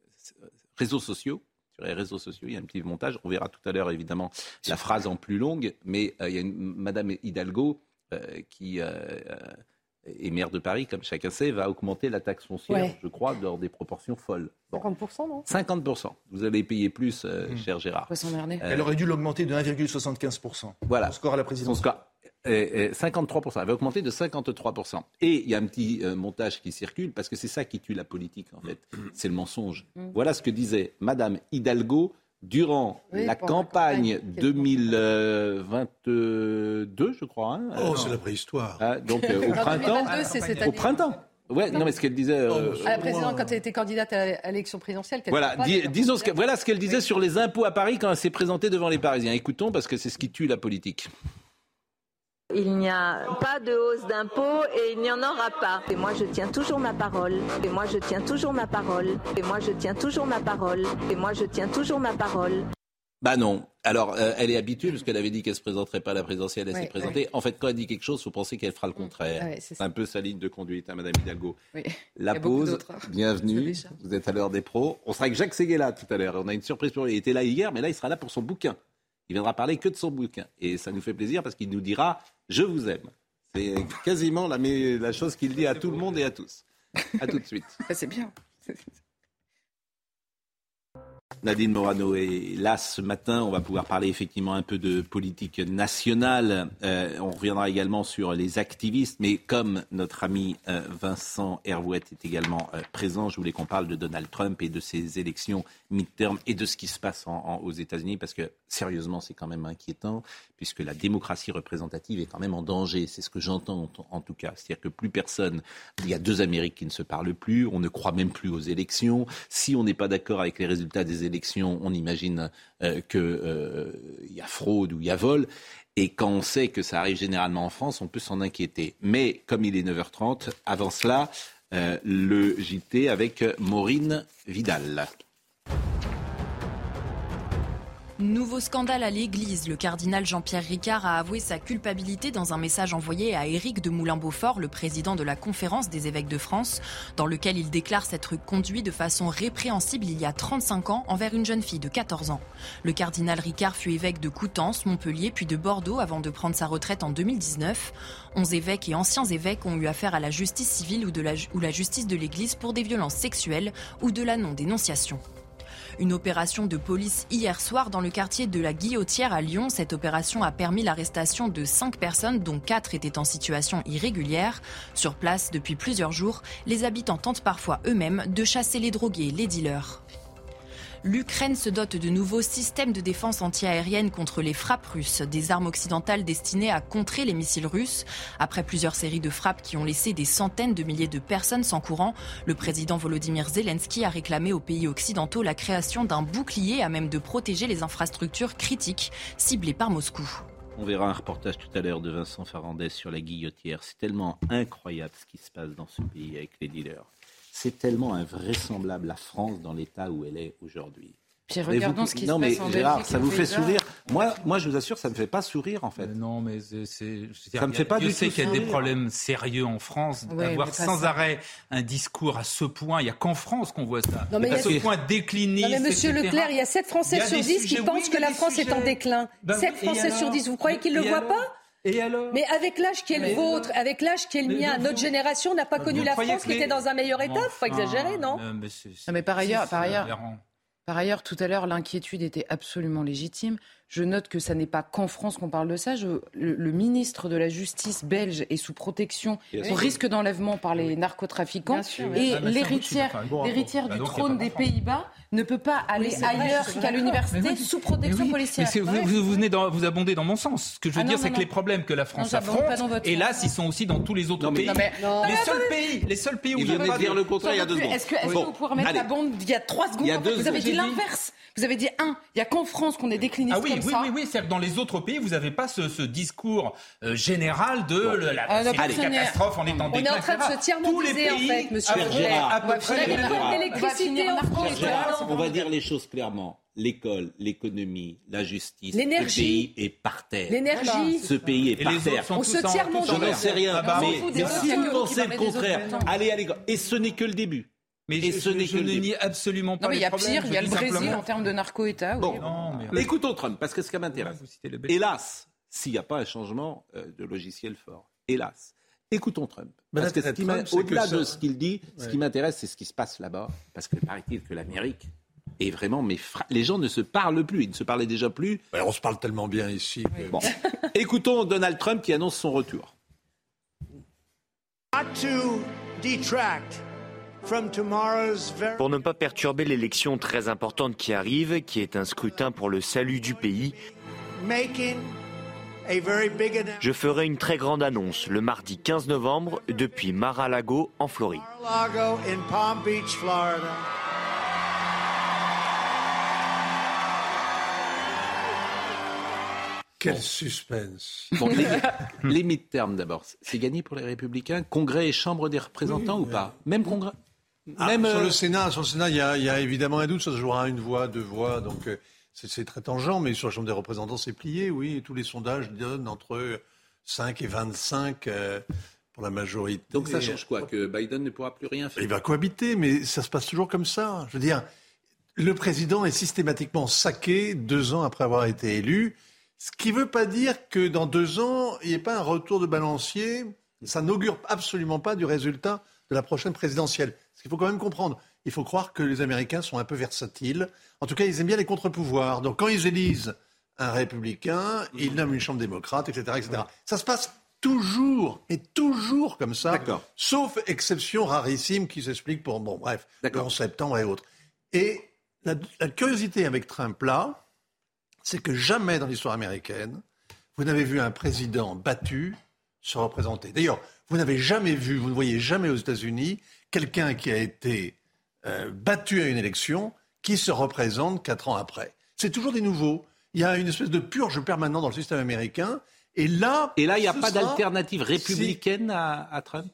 réseaux sociaux. Sur les réseaux sociaux, il y a un petit montage. On verra tout à l'heure, évidemment, la phrase en plus longue. Mais euh, il y a une Madame Hidalgo euh, qui... euh, et maire de Paris, comme chacun sait, va augmenter la taxe foncière, Ouais. je crois, dans des proportions folles. Bon. cinquante pour cent, non cinquante pour cent. Vous allez payer plus, euh, Mmh. cher Gérard. Faut s'emmerder. Elle aurait dû l'augmenter de un virgule soixante-quinze pour cent. Voilà. Son score à la Son présidence. score, euh, euh, cinquante-trois pour cent. Elle va augmenter de cinquante-trois pour cent. Et il y a un petit euh, montage qui circule, parce que c'est ça qui tue la politique, en fait. C'est le mensonge. Mm. Voilà ce que disait Madame Hidalgo durant Oui, la pendant la campagne campagne. deux mille vingt-deux, je crois. Hein, Oh, euh, c'est la préhistoire. hein, donc euh, au En printemps. deux mille vingt-deux, c'est cette Au année. printemps. Ouais, non, mais ce qu'elle disait. euh, À la présidente, quand elle était candidate à à l'élection présidentielle. qu'elle Voilà, était pas dis- d'ailleurs disons ce que, candidate. voilà ce qu'elle disait sur les impôts à Paris quand elle s'est présentée devant les Parisiens. Écoutons, parce que c'est ce qui tue la politique. Il n'y a pas de hausse d'impôts et il n'y en aura pas. Et moi je tiens toujours ma parole. Et moi je tiens toujours ma parole. Et moi je tiens toujours ma parole. Et moi je tiens toujours ma parole. Bah non. Alors, euh, elle est habituée, parce qu'elle avait dit qu'elle ne se présenterait pas à la présidentielle, elle Ouais, s'est présentée. En fait, quand elle dit quelque chose, il faut penser qu'elle fera le contraire. Ouais, c'est c'est ça. un peu sa ligne de conduite, hein, Madame Hidalgo. Oui. La Il y a beaucoup pause, d'autres, hein. bienvenue. Déjà. Vous êtes à l'heure des pros. On sera avec Jacques Séguéla tout à l'heure. On a une surprise pour lui. Il était là hier, mais là, il sera là pour son bouquin. Il viendra parler que de son bouquin. Et ça nous fait plaisir parce qu'il nous dira « Je vous aime ». C'est quasiment la, la chose qu'il dit à tout le monde et à tous. À tout de suite. C'est bien. Nadine Morano est là ce matin. On va pouvoir parler effectivement un peu de politique nationale. Euh, on reviendra également sur les activistes. Mais comme notre ami euh, Vincent Hervouette est également euh, présent, je voulais qu'on parle de Donald Trump et de ses élections midterm et de ce qui se passe en, en, aux États-Unis. Parce que sérieusement, c'est quand même inquiétant puisque la démocratie représentative est quand même en danger. C'est ce que j'entends en, en tout cas. C'est-à-dire que plus personne... Il y a deux Amériques qui ne se parlent plus. On ne croit même plus aux élections. Si on n'est pas d'accord avec les résultats des élections, on imagine euh, qu'il euh, y a fraude ou il y a vol. Et quand on sait que ça arrive généralement en France, on peut s'en inquiéter. Mais comme il est neuf heures trente, avant cela, euh, le J T avec Maureen Vidal. Nouveau scandale à l'Église. Le cardinal Jean-Pierre Ricard a avoué sa culpabilité dans un message envoyé à Éric de Moulin-Beaufort, le président de la Conférence des évêques de France, dans lequel il déclare s'être conduit de façon répréhensible il y a trente-cinq ans envers une jeune fille de quatorze ans. Le cardinal Ricard fut évêque de Coutances, Montpellier puis de Bordeaux avant de prendre sa retraite en deux mille dix-neuf. Onze évêques et anciens évêques ont eu affaire à la justice civile ou, de la, ou la justice de l'Église pour des violences sexuelles ou de la non-dénonciation. Une opération de police hier soir dans le quartier de la Guillotière à Lyon. Cette opération a permis l'arrestation de cinq personnes, dont quatre étaient en situation irrégulière. Sur place, depuis plusieurs jours, les habitants tentent parfois eux-mêmes de chasser les drogués et les dealers. L'Ukraine se dote de nouveaux systèmes de défense antiaérienne contre les frappes russes, des armes occidentales destinées à contrer les missiles russes. Après plusieurs séries de frappes qui ont laissé des centaines de milliers de personnes sans courant, le président Volodymyr Zelensky a réclamé aux pays occidentaux la création d'un bouclier à même de protéger les infrastructures critiques ciblées par Moscou. On verra un reportage tout à l'heure de Vincent Farandès sur la Guillotière. C'est tellement incroyable ce qui se passe dans ce pays avec les dealers. C'est tellement invraisemblable, la France, dans l'état où elle est aujourd'hui. Puis regardons vous, ce qui non, se mais passe en Gérard, Belgique. ça vous fait sourire. Moi, moi, je vous assure, ça ne me fait pas sourire, en fait. Mais non, mais c'est... c'est ça me fait pas Dieu du sait tout qu'il y a sourire. des problèmes sérieux en France. Ouais, D'avoir mais pas sans ça. arrêt un discours à ce point, il n'y a qu'en France qu'on voit ça. Non, mais à il y ce a- point décliniste, Non mais Monsieur et cetera. Leclerc, il y a sept Français Il y a sur des dix qui sujets, pensent oui, il y que a la des France est en sujets. déclin. Ben sept oui, et Français sur alors dix, vous croyez qu'ils ne le Et voient alors pas? Et alors Mais avec l'âge qui est le Mais vôtre, avec l'âge qui est le Mais mien, vous- notre génération n'a pas connu Vous la croyez France que qui les- était dans un meilleur état, faut pas Enfin, exagérer, non? non, mais, c'est- c'est- Non, mais par ailleurs- c'est par ailleurs- aberrant. Par ailleurs, tout à l'heure, l'inquiétude était absolument légitime. Je note que ça n'est pas qu'en France qu'on parle de ça. Je- le, le ministre de la Justice belge est sous protection Bien au sûr. risque d'enlèvement par les narcotrafiquants. Bien sûr, bien Et sûr. Ah, mais ça, oui, je suis l'héritière, d'accord avec vous. l'héritière Bah, du donc, il y a trône pas des de France. Pays-Bas ne peut pas aller c'est vrai, ailleurs c'est qu'à vrai. l'université Mais oui. sous Mais protection oui, policière. mais c'est- vous, vous, vous venez dans, vous abondez dans mon sens. Ce que je veux Ah dire, non, c'est non, que les non. problèmes que la France Non, j'abonde pas dans affronte, votre hélas, sens. ils sont aussi dans tous les autres Non, mais- pays. Non, mais- Non. Les seuls pays, les seuls pays où Il il y a venait pas de dire de- le contraire il y a deux Est-ce secondes. que, est-ce que Bon, vous pouvez remettre allez. la bande il y a trois secondes Il y a en fait, deux vous avez secondes. dit l'inverse. Vous avez dit un, il y a qu'en France qu'on est décliniste Ah oui, comme oui, ça. oui, oui, c'est-à-dire que dans les autres pays, vous n'avez pas ce, ce discours euh, général de le- la, Ah, non, c'est une allez. catastrophe, on est en On est déclin, en train de et cetera. se tiers-mondiser, Tous les en pays fait, monsieur affrontent Gérard. à peu On va près finir les mêmes par problèmes. l'électricité On va en finir France. par Gérard, non. on va dire les choses clairement. L'école, l'économie, la justice, L'énergie. le pays est par terre. L'énergie. Ce pays est Et par les terre. autres sont On tous se en- tire tous mon en Je dos. n'en sais rien, Ah bah, mais, on s'en fout des mais autres, si il y a que vous vous qui pensez le parlez des autres contraire, maintenant. allez, allez, et ce n'est que le début. Mais Et je, ce n'est je que le ne début. nie absolument pas Non, mais il y a les problèmes, pire, il y a je le dis Brésil simplement- en termes de narco-État. oui. Bon. Non, mais- Écoutons Trump, parce que ce qui m'intéresse, Vous citez le Belgique. hélas, s'il n'y a pas un changement euh, de logiciel fort, hélas, écoutons Trump. Ben, Parce que l'intérêt ce qui de m'a- Trump, c'est au-delà que ça- de ce qu'il dit, ce Ouais. qui m'intéresse, c'est ce qui se passe là-bas. Parce que paraît-il que l'Amérique est vraiment... Mais fra- les gens ne se parlent plus, ils ne se parlaient déjà plus. Ouais, on se parle tellement bien ici. que- Bon. Écoutons Donald Trump qui annonce son retour. Not to detract from tomorrow's very Pour ne pas perturber l'élection très importante qui arrive, qui est un scrutin pour le salut du pays, making a very big announcement. je ferai une très grande annonce le mardi quinze novembre depuis Mar-a-Lago en Floride. Mar-a-Lago in Palm Beach, Florida. Quel suspense. Bon, les, les midterms d'abord, c'est gagné pour les Républicains. Congrès et Chambre des représentants Oui, ou mais- pas? Même Congrès. Ah, Même, sur euh, le Sénat, sur le Sénat, il y a, il y a évidemment un doute. Ça se jouera à une voix, deux voix, donc euh, c'est, c'est très tangent. Mais sur la Chambre des représentants, c'est plié, oui. Et tous les sondages donnent entre cinq et vingt-cinq euh, pour la majorité. Donc ça change quoi? Que Biden ne pourra plus rien faire? Il va cohabiter, mais ça se passe toujours comme ça. Je veux dire, le président est systématiquement saqué deux ans après avoir été élu, ce qui ne veut pas dire que dans deux ans, il n'y ait pas un retour de balancier. Ça n'augure absolument pas du résultat de la prochaine présidentielle. Ce qu'il faut quand même comprendre, il faut croire que les Américains sont un peu versatiles. En tout cas, ils aiment bien les contre-pouvoirs. Donc quand ils élisent un républicain, ils nomment une chambre démocrate, et cetera, et cetera. Ça se passe toujours, et toujours comme ça, D'accord. sauf exception rarissime qui s'explique pour, bon bref, le onze septembre et autres. Et la, la curiosité avec Trump là, c'est que jamais dans l'histoire américaine, vous n'avez vu un président battu se représenter. D'ailleurs, vous n'avez jamais vu, vous ne voyez jamais aux États-Unis, quelqu'un qui a été euh, battu à une élection qui se représente quatre ans après. C'est toujours des nouveaux. Il y a une espèce de purge permanente dans le système américain. Et là, et là, il n'y a ce pas sera... d'alternative républicaine si... à, à Trump.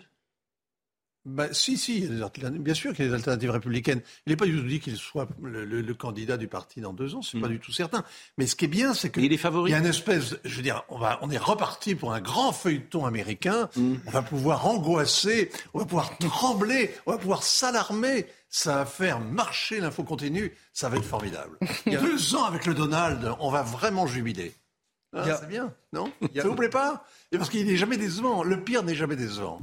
Ben, si, si, il y a des alternatives. Bien sûr qu'il y a des alternatives républicaines. Il n'est pas du tout dit qu'il soit le, le, le candidat du parti dans deux ans, c'est mmh. pas du tout certain. Mais ce qui est bien, c'est qu'il y a une espèce, je veux dire, on, va, on est reparti pour un grand feuilleton américain. Mmh. On va pouvoir angoisser, on va pouvoir trembler, on va pouvoir s'alarmer. Ça va faire marcher l'info continue, ça va être formidable. Il y a deux ans avec le Donald, on va vraiment jubiler. Ah, a... C'est bien, non a... Ça vous plaît pas? Et parce qu'il n'est jamais décevant. Le pire n'est jamais décevant.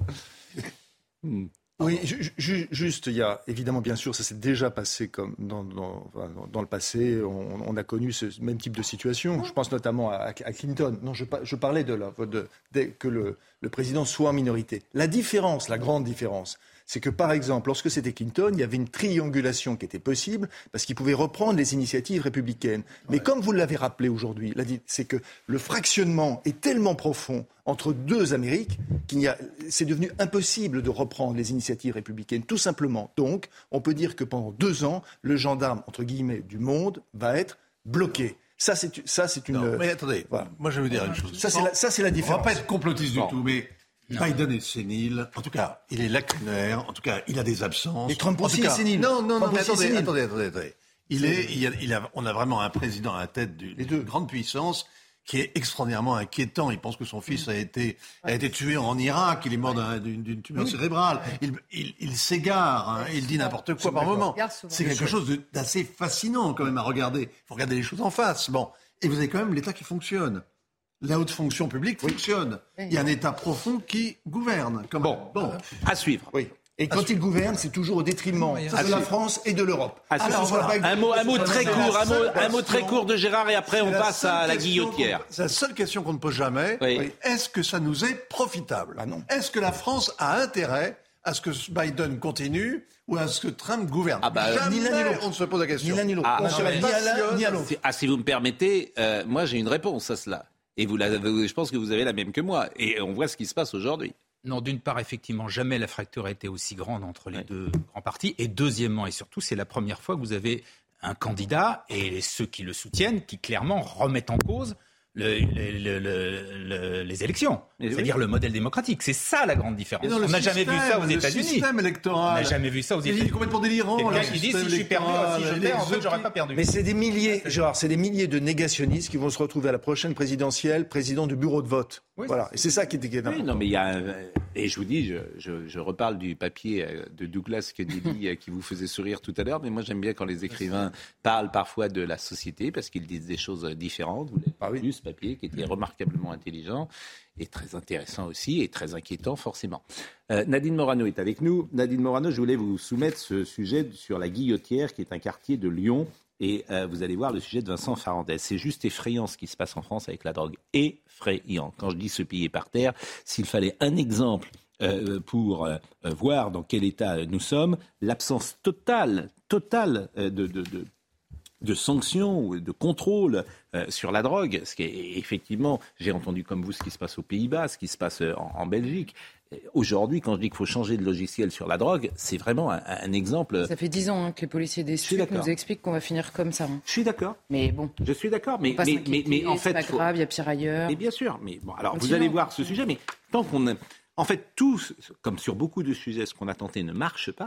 Hmm. Oui, ju- ju- juste, il y a évidemment, bien sûr, ça s'est déjà passé comme dans, dans, dans, dans le passé. On, on a connu ce même type de situation. Je pense notamment à, à Clinton. Non, je, je parlais de, la, de, de que le, le président soit en minorité. La différence, la grande différence, c'est que, par exemple, lorsque c'était Clinton, il y avait une triangulation qui était possible parce qu'il pouvait reprendre les initiatives républicaines. Mais ouais. comme vous l'avez rappelé aujourd'hui, c'est que le fractionnement est tellement profond entre deux Amériques qu'il y a, c'est devenu impossible de reprendre les initiatives républicaines, tout simplement. Donc, on peut dire que pendant deux ans, le gendarme, entre guillemets, du monde va être bloqué. Ça, c'est, ça, c'est une... Non, mais attendez, voilà. Moi, je vais vous dire une chose. Ça, c'est la, ça, c'est la différence. On ne va pas être complotiste bon. du tout, mais... Non. Biden est sénile. En tout cas, il est lacunaire. En tout cas, il a des absences. Et Trump aussi est sénile. Non, non, non, mais attendez, attendez, attendez, attendez, attendez. Il est, il a, il a, on a vraiment un président à la tête d'une grande puissance qui est extraordinairement inquiétant. Il pense que son fils a été, a été tué en Irak. Il est mort d'un, d'une, d'une tumeur cérébrale. Il, il, il s'égare. Hein. Il dit n'importe quoi par moment. C'est quelque chose de, d'assez fascinant quand même à regarder. Il faut regarder les choses en face. Bon. Et vous avez quand même l'État qui fonctionne. La haute fonction publique fonctionne. Oui. Il y a un État profond qui gouverne. Bon, bon, à suivre. Oui. Et quand il gouverne, c'est toujours au détriment de la France et de l'Europe. Alors, voilà. Un mot, un mot très court, un mot, un mot très court de Gérard et après on passe à la guillotière. C'est la seule question qu'on ne pose jamais. Oui. Est-ce que ça nous est profitable? Bah non. Est-ce que la France a intérêt à ce que Biden continue ou à ce que Trump gouverne? Ah bah, Jamais ni l'un ni l'autre. On ne se pose la question. Ni l'un ni l'autre. Ah, on ne serait ni à l'un ni à l'autre. Ah, si vous me permettez, euh, moi j'ai une réponse à cela. Et vous l'avez, je pense que vous avez la même que moi. Et on voit ce qui se passe aujourd'hui. Non, d'une part, effectivement, jamais la fracture a été aussi grande entre les ouais. deux grands partis. Et deuxièmement, et surtout, c'est la première fois que vous avez un candidat et ceux qui le soutiennent qui clairement remettent en cause le, le, le, le, les élections. Mais c'est-à-dire oui. le modèle démocratique. C'est ça la grande différence. On n'a jamais vu ça aux États-Unis. Le système électoral. On n'a jamais vu ça aux États-Unis. C'est complètement délirant. Quelqu'un qui dit si je suis perdu, si je perds, en fait, j'aurais pas perdu. Mais c'est des milliers, genre, c'est des milliers de négationnistes qui vont se retrouver à la prochaine présidentielle, président du bureau de vote. Oui, voilà. Et c'est ça qui est important. Oui, non, mais il y a, et je vous dis, je, je, je reparle du papier de Douglas Kennedy qui vous faisait sourire tout à l'heure, mais moi j'aime bien quand les écrivains parlent parfois de la société parce qu'ils disent des choses différentes. Vous l'avez ah, oui. lu, ce papier qui était remarquablement intelligent et très intéressant aussi et très inquiétant forcément. Euh, Nadine Morano est avec nous. Nadine Morano, je voulais vous soumettre ce sujet sur la Guillotière qui est un quartier de Lyon. Et euh, vous allez voir le sujet de Vincent Farandès. C'est juste effrayant ce qui se passe en France avec la drogue. Effrayant. Quand je dis se piller par terre, s'il fallait un exemple euh, pour euh, voir dans quel état nous sommes, l'absence totale, totale euh, de, de, de, de sanctions ou de contrôle euh, sur la drogue. Ce qui est, effectivement, j'ai entendu comme vous ce qui se passe aux Pays-Bas, ce qui se passe en, en Belgique. Aujourd'hui, quand je dis qu'il faut changer de logiciel sur la drogue, c'est vraiment un, un exemple. Ça fait dix ans hein, que les policiers des Suds nous expliquent qu'on va finir comme ça. Hein. Je suis d'accord. Mais bon. Je suis d'accord. Mais, mais, mais, mais en fait. C'est pas faut... grave, il y a pire ailleurs. Mais bien sûr. Mais bon, alors, vous allez voir ce sujet. Mais tant qu'on. A... En fait, tout, comme sur beaucoup de sujets, ce qu'on a tenté ne marche pas.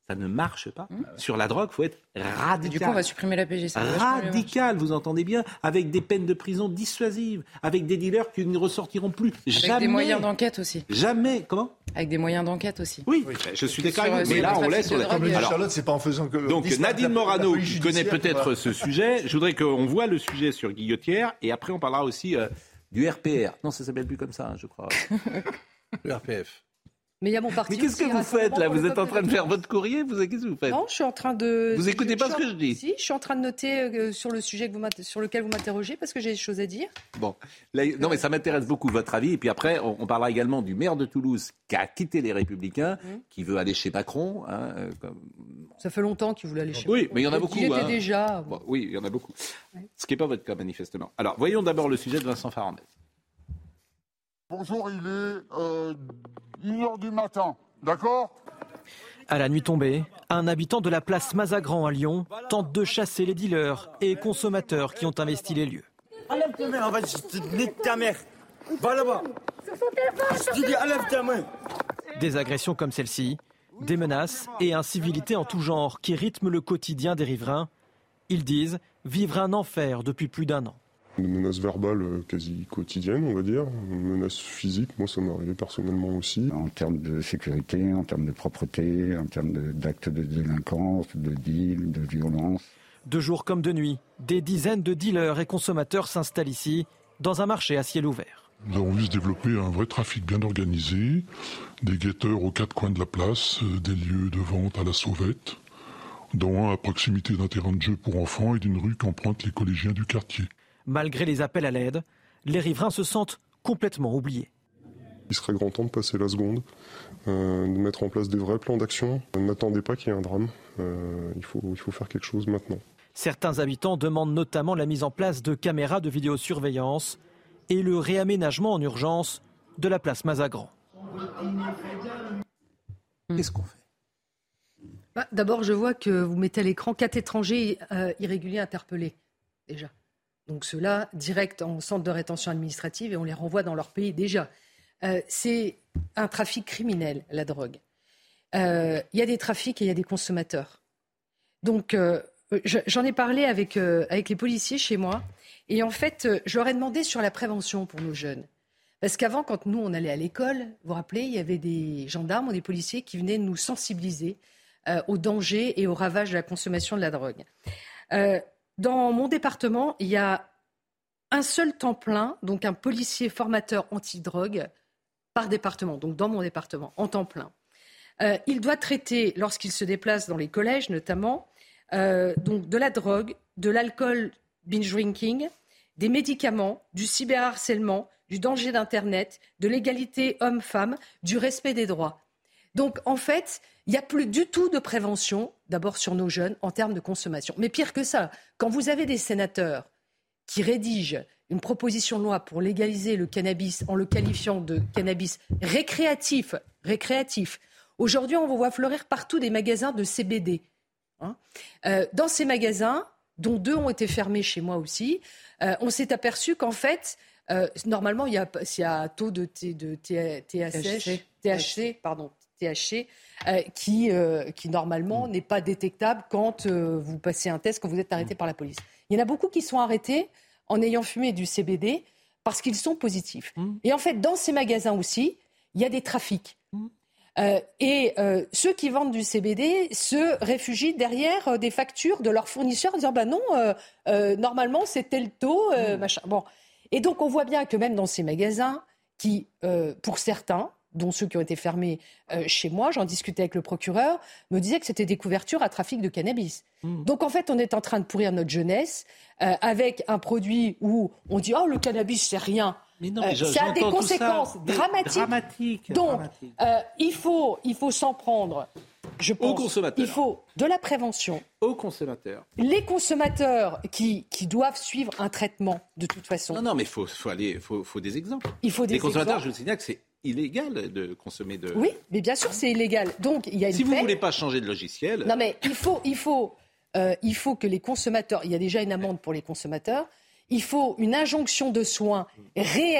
Ça ne marche pas. Mmh. Sur la drogue, il faut être radical. Et du coup, on va supprimer la P G. Ça radical, vous entendez bien, avec des peines de prison dissuasives, avec des dealers qui ne ressortiront plus. Avec Jamais. des moyens d'enquête aussi. Jamais. Comment ? Avec des moyens d'enquête aussi. Oui, oui. Je suis d'accord avec vous. Mais là, on laisse... On Comme le dit Charlotte, c'est pas en faisant que... Donc, Nadine Morano, qui connaît peut-être voilà. ce sujet, je voudrais qu'on voit le sujet sur Guillotière, et après, on parlera aussi euh, du R P R. Non, ça s'appelle plus comme ça, je crois. Le R P F. Mais il y a mon parti. Mais qu'est-ce que vous faites là ? Vous êtes en train de faire votre courrier ? Vous qu'est-ce que vous faites ? Non, je suis en train de. Vous écoutez pas je ce que je dis ? Si, je suis en train de noter euh, sur le sujet que vous sur lequel vous m'interrogez parce que j'ai des choses à dire. Bon, là, non mais ça m'intéresse beaucoup votre avis. Et puis après, on, on parlera également du maire de Toulouse qui a quitté les Républicains, mmh. qui veut aller chez Macron. Hein, euh, comme... Ça fait longtemps qu'il voulait aller chez oui, Macron. Oui, mais il y en a beaucoup. Il était hein. déjà. Bon, oui, il y en a beaucoup. Ouais. Ce qui n'est pas votre cas manifestement. Alors, voyons d'abord le sujet de Vincent Farandez. Bonjour, il est euh, une heure du matin. D'accord ? À la nuit tombée, un habitant de la place Mazagran à Lyon tente de chasser les dealers et consommateurs qui ont investi les lieux. Enlève ta main, va te nique ta mère. Va là-bas. Je te dis, enlève ta main. Des agressions comme celle-ci, des menaces et incivilités en tout genre qui rythment le quotidien des riverains. Ils disent vivre un enfer depuis plus d'un an. Des menaces verbales quasi quotidiennes, on va dire. Une menace physique, moi ça m'est arrivé personnellement aussi. En termes de sécurité, en termes de propreté, en termes de, d'actes de délinquance, de deal, de violence. De jour comme de nuit, des dizaines de dealers et consommateurs s'installent ici, dans un marché à ciel ouvert. Nous avons vu se développer un vrai trafic bien organisé, des guetteurs aux quatre coins de la place, des lieux de vente à la sauvette, dont un à proximité d'un terrain de jeu pour enfants et d'une rue qu'empruntent les collégiens du quartier. Malgré les appels à l'aide, les riverains se sentent complètement oubliés. Il serait grand temps de passer la seconde, euh, de mettre en place des vrais plans d'action. N'attendez pas qu'il y ait un drame, euh, il faut, il faut faire quelque chose maintenant. Certains habitants demandent notamment la mise en place de caméras de vidéosurveillance et le réaménagement en urgence de la place Mazagran. Qu'est-ce qu'on fait ? bah, D'abord, je vois que vous mettez à l'écran quatre étrangers euh, irréguliers interpellés, déjà. Donc ceux-là, direct en centre de rétention administrative et on les renvoie dans leur pays déjà. Euh, c'est un trafic criminel, la drogue. Il euh, y a des trafics et il y a des consommateurs. Donc euh, je, j'en ai parlé avec, euh, avec les policiers chez moi et en fait, euh, je leur ai demandé sur la prévention pour nos jeunes. Parce qu'avant, quand nous, on allait à l'école, vous vous rappelez, il y avait des gendarmes ou des policiers qui venaient nous sensibiliser euh, aux dangers et aux ravages de la consommation de la drogue. Euh, Dans mon département, il y a un seul temps plein, donc un policier formateur anti-drogue par département, donc dans mon département, en temps plein. Euh, il doit traiter, lorsqu'il se déplace dans les collèges notamment, euh, donc de la drogue, de l'alcool binge drinking, des médicaments, du cyberharcèlement, du danger d'Internet, de l'égalité homme-femme, du respect des droits. Donc en fait, il n'y a plus du tout de prévention, d'abord sur nos jeunes, en termes de consommation. Mais pire que ça, quand vous avez des sénateurs qui rédigent une proposition de loi pour légaliser le cannabis en le qualifiant de cannabis récréatif, récréatif. Aujourd'hui, on voit fleurir partout des magasins de C B D. Hein euh, dans ces magasins, dont deux ont été fermés chez moi aussi, euh, on s'est aperçu qu'en fait, euh, normalement, il y a, il y a un taux de, T, de T, T H C, T H C, pardon, T H C, euh, qui, euh, qui normalement n'est pas détectable quand euh, vous passez un test, quand vous êtes arrêté par la police. Il y en a beaucoup qui sont arrêtés en ayant fumé du C B D parce qu'ils sont positifs. Mmh. Et en fait, dans ces magasins aussi, il y a des trafics. Mmh. Euh, et euh, ceux qui vendent du C B D se réfugient derrière euh, des factures de leurs fournisseurs en disant bah non, euh, euh, normalement c'est tel taux, euh, mmh. machin. Bon. Et donc on voit bien que même dans ces magasins, qui, euh, pour certains, dont ceux qui ont été fermés euh, chez moi, j'en discutais avec le procureur, me disait que c'était des couvertures à trafic de cannabis. Mmh. Donc en fait, on est en train de pourrir notre jeunesse euh, avec un produit où on dit « Oh, le cannabis, c'est rien ». Mais non, mais je, ça a des conséquences ça, dramatiques. dramatiques. Donc, dramatiques. Euh, il faut, il faut s'en prendre, je pense. Aux consommateurs. Il faut de la prévention. Aux consommateurs. Les consommateurs qui, qui doivent suivre un traitement, de toute façon. Non, non, mais il faut, faut, aller, faut, faut des exemples. Il faut des Les consommateurs, exemples. je vous signale que c'est illégal de consommer de... Oui, mais bien sûr, c'est illégal. Donc, il y a une si vous ne peine. voulez pas changer de logiciel... Non, mais il faut, il faut, euh, il faut que les consommateurs... Il y a déjà une amende pour les consommateurs. Il faut une injonction de soins réelle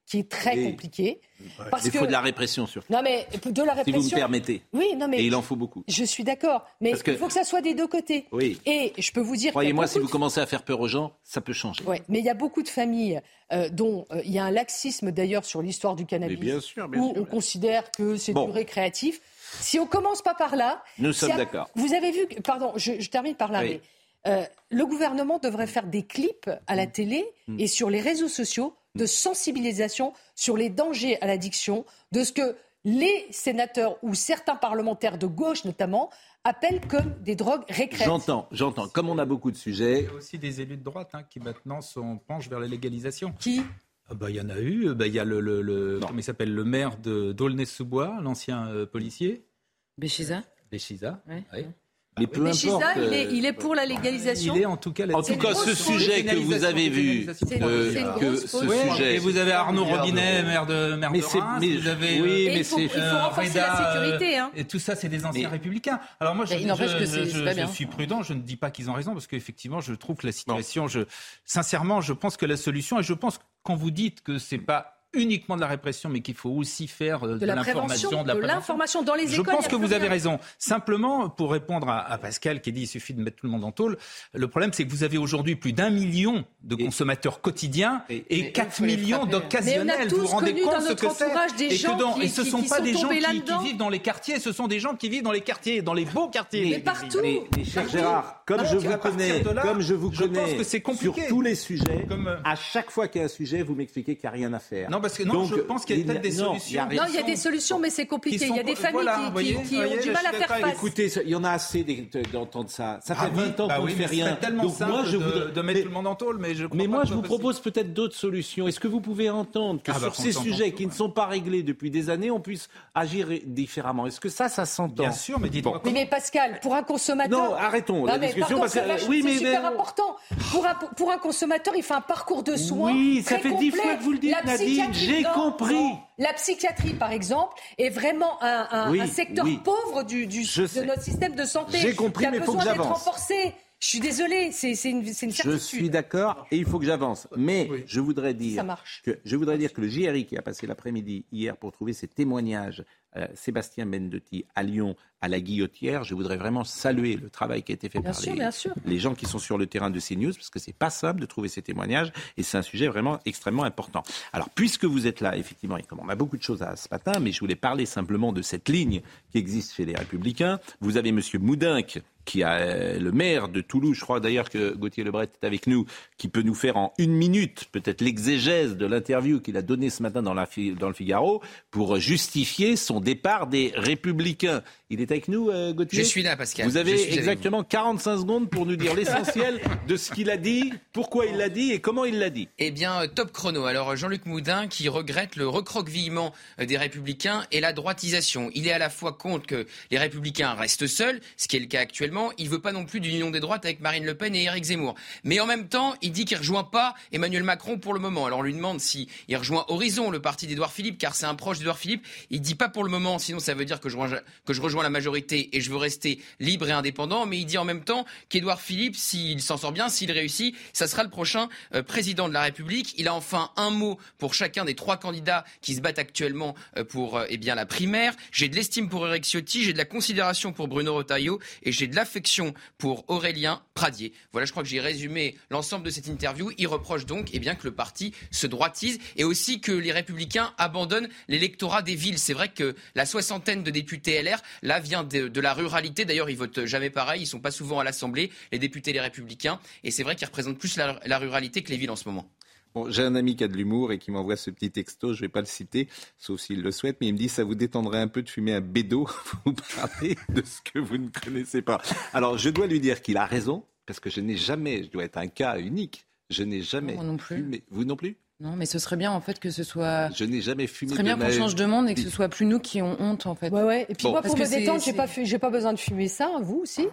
qui est très Et... compliqué. Parce il faut que... de la répression surtout. Non mais de la répression. Si vous me permettez. Oui, non mais. Et il en faut beaucoup. Je suis d'accord, mais que... il faut que ça soit des deux côtés. Oui. Et je peux vous dire. Croyez-moi, si de... vous commencez à faire peur aux gens, ça peut changer. Ouais, mais il y a beaucoup de familles euh, dont euh, il y a un laxisme d'ailleurs sur l'histoire du cannabis, mais bien sûr, bien où sûr, on bien considère que c'est bon. du récréatif. Si on commence pas par là, nous si sommes a... d'accord. Vous avez vu, que... pardon, je, je termine par là. Oui. Mais... Euh, le gouvernement devrait faire des clips à la télé mmh. et sur les réseaux sociaux de sensibilisation sur les dangers à l'addiction, de ce que les sénateurs ou certains parlementaires de gauche notamment appellent comme des drogues récréatives. J'entends, j'entends. Comme on a beaucoup de sujets... Il y a aussi des élus de droite hein, qui maintenant sont, penchent vers la légalisation. Qui ? Ah bah, y en a eu. Bah, y a le, le, le comment il s'appelle, le maire de d'Aulnay-sous-Bois, l'ancien euh, policier. Béchiza. Béchiza, ouais. oui. Mais peu mais importe. Chisa, il, est, il est pour la légalisation. Il est en tout cas. En tout cas, ce sujet que vous avez vu, euh, que ce ouais, sujet. Et vous avez Arnaud Robinet, maire de maire mais de Reims. Mais, vous avez. Oui, euh, mais il faut, c'est. il faut renforcer euh, la sécurité. Hein. Et tout ça, c'est des anciens mais, républicains. Alors moi, je, il n'empêche je, que c'est, je, c'est pas je bien. suis prudent. Je ne dis pas qu'ils ont raison parce qu'effectivement, je trouve que la situation. Je, sincèrement, je pense que la solution, et je pense que quand vous dites que c'est pas uniquement de la répression, mais qu'il faut aussi faire de, de, de la l'information, de, la de l'information dans les je écoles. Je pense que vous avez raison. Simplement, pour répondre à, à Pascal qui dit il suffit de mettre tout le monde en tôle, le problème c'est que vous avez aujourd'hui plus d'un million de consommateurs quotidiens et, et, et quatre millions d'occasionnels. Vous vous rendez compte ce que c'est des et, gens que dans, qui, et ce ne sont qui pas sont des gens qui, qui vivent dans les quartiers, ce sont des gens qui vivent dans les quartiers, dans les beaux quartiers. Mais partout. Mais, mais cher Gérard, comme Alors, je vous connais, là, comme je vous je connais pense que c'est compliqué. sur tous les sujets, comme... à chaque fois qu'il y a un sujet, vous m'expliquez qu'il n'y a rien à faire. Non, parce que non, Donc, je pense qu'il y a peut-être des non, solutions. Non, il y a des solutions, mais c'est compliqué. Il y a des familles voilà, qui, voyez, qui, qui voyez, ont du mal à faire face. Écoutez, il y en a assez d'entendre ça. Ça fait ah vingt ans bah qu'on ne oui, fait rien. tellement Donc simple moi, je de, voudrais... de mettre mais, tout le monde en tôle, mais je crois Mais pas moi, que je vous possible. propose peut-être d'autres solutions. Est-ce que vous pouvez entendre que ah sur bah, ces sujets qui ne sont pas réglés depuis des années, on puisse agir différemment? Est-ce que ça, ça s'entend? Bien sûr, mais dites-moi. Bon. Mais, mais Pascal, pour un consommateur. Non, arrêtons non, la mais discussion pardon, parce que c'est oui, mais super mais... important. Pour un pour un consommateur, il fait un parcours de soins. Oui, ça très fait complet. dix fois que vous le dites, La Nadine. J'ai non, compris. Non. La psychiatrie, par exemple, est vraiment un, un, oui, un secteur oui. pauvre du, du de notre système de santé. J'ai compris, mais il faut que j'avance. Qui a besoin d'être renforcé. Je suis désolée, c'est, c'est, une, c'est une certitude. Je suis d'accord et il faut que j'avance. Mais oui. je voudrais dire ça marche. que je voudrais dire que le J R I qui a passé l'après-midi hier pour trouver ses témoignages, euh, Sébastien Mendotti à Lyon, à la Guillotière, je voudrais vraiment saluer le travail qui a été fait bien par sûr, les, bien sûr. les gens qui sont sur le terrain de CNews, parce que c'est pas simple de trouver ces témoignages et c'est un sujet vraiment extrêmement important. Alors, puisque vous êtes là, effectivement, et comme on a beaucoup de choses à ce matin, mais je voulais parler simplement de cette ligne qui existe chez les Républicains. Vous avez Monsieur Moudinque, qui a euh, le maire de Toulouse, je crois d'ailleurs que Gauthier Lebret est avec nous, qui peut nous faire en une minute peut-être l'exégèse de l'interview qu'il a donnée ce matin dans, la, dans le Figaro pour justifier son départ des Républicains. Il est avec nous, euh, Gauthier ? Je suis là, Pascal. Vous avez suis exactement vous. quarante-cinq secondes pour nous dire l'essentiel de ce qu'il a dit, pourquoi il l'a dit et comment il l'a dit. Eh bien, top chrono. Alors, Jean-Luc Moudin qui regrette le recroquevillement des Républicains et la droitisation. Il est à la fois contre que les Républicains restent seuls, ce qui est le cas actuellement. Il ne veut pas non plus d'union des droites avec Marine Le Pen et Éric Zemmour. Mais en même temps, il dit qu'il ne rejoint pas Emmanuel Macron pour le moment. Alors on lui demande s'il rejoint Horizon, le parti d'Édouard Philippe, car c'est un proche d'Édouard Philippe. Il ne dit pas pour le moment, sinon ça veut dire que je, rejoins, que je rejoins la majorité et je veux rester libre et indépendant. Mais il dit en même temps qu'Édouard Philippe, s'il s'en sort bien, s'il réussit, ça sera le prochain euh, président de la République. Il a enfin un mot pour chacun des trois candidats qui se battent actuellement euh, pour euh, eh bien, la primaire. J'ai de l'estime pour Éric Ciotti, j'ai de la considération pour Bruno Retailleau et j'ai de l'affection pour Aurélien Pradier. Voilà, je crois que j'ai résumé l'ensemble de cette interview. Il reproche donc eh bien, que le parti se droitise et aussi que les Républicains abandonnent l'électorat des villes. C'est vrai que la soixantaine de députés L R, là, vient de, de la ruralité. D'ailleurs, ils votent jamais pareil. Ils sont pas souvent à l'Assemblée, les députés les Républicains. Et c'est vrai qu'ils représentent plus la, la ruralité que les villes en ce moment. Bon, j'ai un ami qui a de l'humour et qui m'envoie ce petit texto, je ne vais pas le citer, sauf s'il le souhaite, mais il me dit « ça vous détendrait un peu de fumer un bédo, vous parlez de ce que vous ne connaissez pas ». Alors, je dois lui dire qu'il a raison, parce que je n'ai jamais, je dois être un cas unique, je n'ai jamais non, non plus. fumé. Vous non plus ? Non, mais ce serait bien en fait que ce soit. Je n'ai jamais fumé. Ce serait bien qu'on change de monde et que ce soit plus nous qui ont honte en fait. Ouais, ouais. Et puis bon. moi, pour Parce me que détendre, c'est... j'ai pas, j'ai pas besoin de fumer ça. Vous aussi, non ?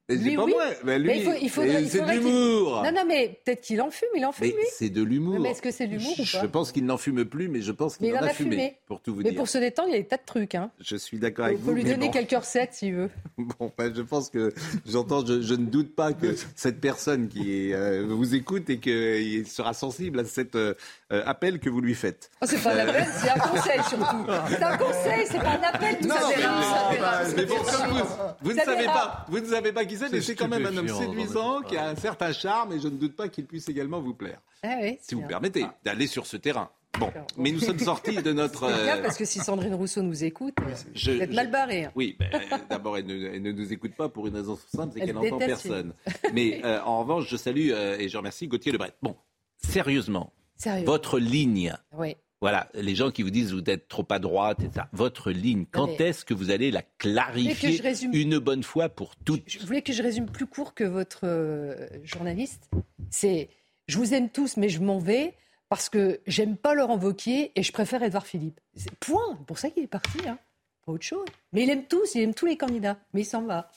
Mais lui, c'est pas oui. moi. Bah, lui, mais il faut, il faudrait, il c'est faudrait de l'humour. Non, non, mais peut-être qu'il en fume, il en fume, mais lui. C'est de l'humour. Mais est-ce que c'est de l'humour ou pas? Je pense qu'il n'en fume plus, mais je pense qu'il mais en, il en a, a fumé, fumé. pour tout vous mais dire. pour se détendre, il y a des tas de trucs. Hein. Je suis d'accord avec vous. vous. Il faut lui donner bon. quelques recettes s'il veut. Bon, ben, je pense que j'entends, je, je ne doute pas que cette personne qui est, euh, vous écoute et qu'il sera sensible à cet euh, appel que vous lui faites. Oh, c'est pas un appel, c'est un conseil surtout. C'est un conseil, c'est pas un appel, tout non, ça mais, mais, mais bon, comme vous, vous ne ça savez dérape. pas, vous ne savez pas qui c'est, mais c'est quand même un homme séduisant, qui a un certain charme, et je ne doute pas qu'il puisse également vous plaire. Ah oui, si vous bien. me permettez ah. d'aller sur ce terrain. Bon, mais nous sommes sortis de notre. C'est bien parce que si Sandrine Rousseau nous écoute, je, vous êtes mal barré. Hein. Oui, ben, d'abord, elle ne, elle ne nous écoute pas pour une raison simple, c'est elle qu'elle n'entend personne. Mais euh, en revanche, je salue euh, et je remercie Gauthier Lebret. Bon, sérieusement, Sérieux. votre ligne. Oui. Voilà, les gens qui vous disent vous êtes trop à droite, et cetera. Votre ligne, quand mais... est-ce que vous allez la clarifier résume... une bonne fois pour toutes? Je voulais que je résume plus court que votre euh, journaliste. C'est je vous aime tous, mais je m'en vais parce que j'aime pas Laurent Wauquiez et je préfère Édouard Philippe. C'est point. C'est pour ça qu'il est parti. Hein. Pas autre chose. Mais il aime tous, il aime tous les candidats. Mais il s'en va.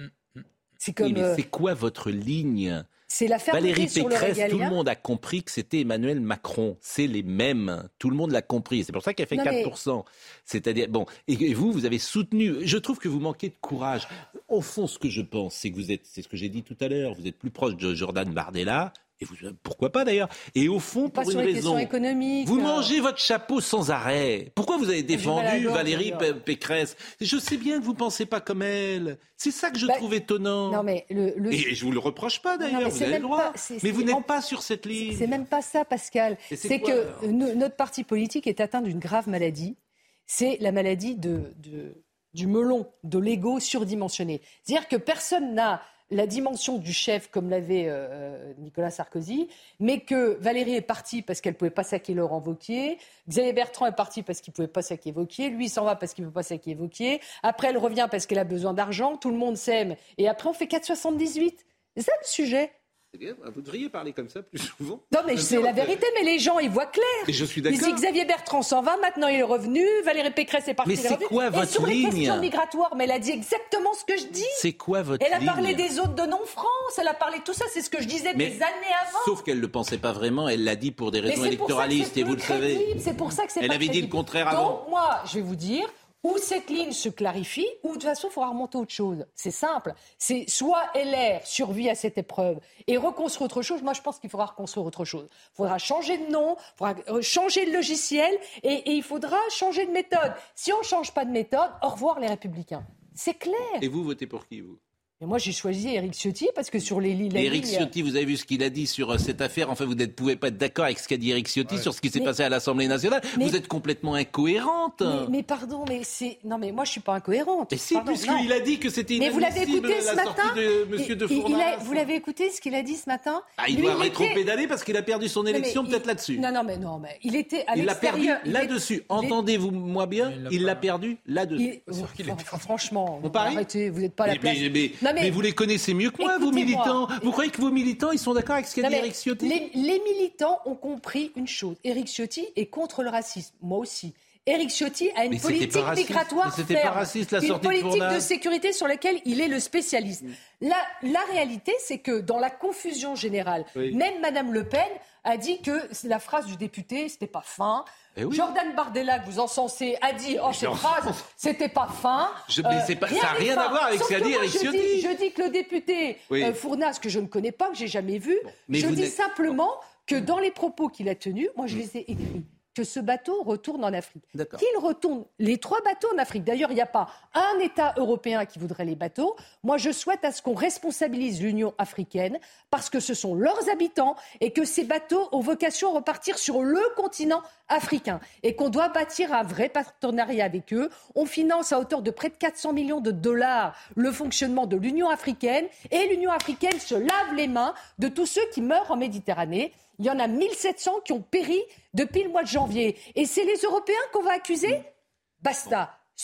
C'est comme. Oui, mais euh... c'est quoi votre ligne? C'est la fermeté Valérie sur Pécresse, le tout le monde a compris que c'était Emmanuel Macron. C'est les mêmes. Tout le monde l'a compris. C'est pour ça qu'elle fait non, quatre pour cent. Mais... C'est-à-dire, bon, et vous, vous avez soutenu. Je trouve que vous manquez de courage. Au fond, ce que je pense, c'est que vous êtes, c'est ce que j'ai dit tout à l'heure, vous êtes plus proche de Jordan Bardella. Et vous, pourquoi pas d'ailleurs? Et au fond, pas pour sur une les raison, économiques, vous euh... mangez votre chapeau sans arrêt. Pourquoi vous avez défendu Valérie P- Pécresse? Je sais bien que vous pensez pas comme elle. C'est ça que je bah, trouve étonnant. Non mais le, le... Et, et je vous le reproche pas d'ailleurs. Non, vous avez le droit. Pas, c'est, mais c'est, vous n'êtes en... pas sur cette ligne. C'est, c'est même pas ça, Pascal. C'est, c'est quoi, que alors no, notre parti politique est atteint d'une grave maladie. C'est la maladie de, de du melon, de l'ego surdimensionné. C'est-à-dire que personne n'a la dimension du chef, comme l'avait euh, Nicolas Sarkozy, mais que Valérie est partie parce qu'elle ne pouvait pas saquer Laurent Wauquiez, Xavier Bertrand est parti parce qu'il ne pouvait pas saquer Wauquiez, lui il s'en va parce qu'il ne peut pas saquer Wauquiez, après elle revient parce qu'elle a besoin d'argent, tout le monde s'aime, et après on fait quatre virgule soixante-dix-huit. C'est ça le sujet. Vous devriez parler comme ça plus souvent. Non, mais c'est la vérité, mais les gens, ils voient clair. Et je suis d'accord. Ici, Xavier Bertrand s'en va, maintenant il est revenu, Valérie Pécresse est partie. Mais c'est quoi votre ligne? Et sur les questions migratoires, mais elle a dit exactement ce que je dis. C'est quoi votre ligne? Elle a parlé des autres de non-France, elle a parlé de tout ça, c'est ce que je disais mais, des années avant. Sauf qu'elle ne le pensait pas vraiment, elle l'a dit pour des raisons électoralistes, et vous le savez. C'est pour ça que c'est Elle pas avait dit le contraire avant. Donc moi, je vais vous dire... Ou cette ligne se clarifie, ou de toute façon, il faudra remonter autre chose. C'est simple. C'est soit L R survit à cette épreuve et reconstruit autre chose. Moi, je pense qu'il faudra reconstruire autre chose. Il faudra changer de nom, il faudra changer de logiciel et, et il faudra changer de méthode. Si on ne change pas de méthode, au revoir les Républicains. C'est clair. Et vous, votez pour qui, vous? Et moi, j'ai choisi Éric Ciotti parce que sur les lignes... Éric Ciotti, vous avez vu ce qu'il a dit sur cette affaire. Enfin, vous ne pouvez pas être d'accord avec ce qu'a dit Éric Ciotti ouais. sur ce qui s'est mais, passé à l'Assemblée nationale. Mais, vous êtes complètement incohérente. Mais, mais pardon, mais c'est... Non, mais moi, je ne suis pas incohérente. Et si, puisqu'il a dit que c'était inadmissible. Mais vous l'avez écouté ce la matin de Monsieur de Fournas. Il a... Vous l'avez écouté, ce qu'il a dit ce matin? Ah, il Lui, doit rétro-pédaler était... parce qu'il a perdu son élection, peut-être il... là-dessus. Non, non, mais non, mais il était à il l'extérieur. Il l'a perdu là-dessus. Il... Entendez-vous moi bien, il, il l'a perdu là-dessus. Franchement, arrêtez, vous n'êtes pas à la place. Mais vous les connaissez mieux que moi, vos militants. Vous croyez que vos militants, ils sont d'accord avec ce qu'a dit Éric Ciotti? les, les militants ont compris une chose. Éric Ciotti est contre le racisme. Moi aussi. Éric Ciotti a une mais politique migratoire mais c'était ferme, pas raciste, la une sortie politique de, de sécurité sur laquelle il est le spécialiste. Mm. La, la réalité, c'est que dans la confusion générale, oui. même Madame Le Pen a dit que la phrase du député, c'était pas fin. Eh oui. Jordan Bardella, que vous encensez, a dit oh cette phrase, c'était pas fin. Je, mais c'est pas, euh, ça n'a rien à voir avec ce qu'a dit Éric Ciotti. Dis, je dis que le député oui. euh, Fournas, que je ne connais pas, que j'ai jamais vu, bon, je dis n'êtes... simplement que dans les propos qu'il a tenus, moi je les ai écrits. Que ce bateau retourne en Afrique. D'accord. Qu'il retourne les trois bateaux en Afrique. D'ailleurs, il n'y a pas un État européen qui voudrait les bateaux. Moi, je souhaite à ce qu'on responsabilise l'Union africaine parce que ce sont leurs habitants et que ces bateaux ont vocation à repartir sur le continent africain et qu'on doit bâtir un vrai partenariat avec eux. On finance à hauteur de près de quatre cents millions de dollars le fonctionnement de l'Union africaine et l'Union africaine se lave les mains de tous ceux qui meurent en Méditerranée. Il y en a mille sept cents qui ont péri depuis le mois de janvier. Et c'est les Européens qu'on va accuser ? Basta, stop.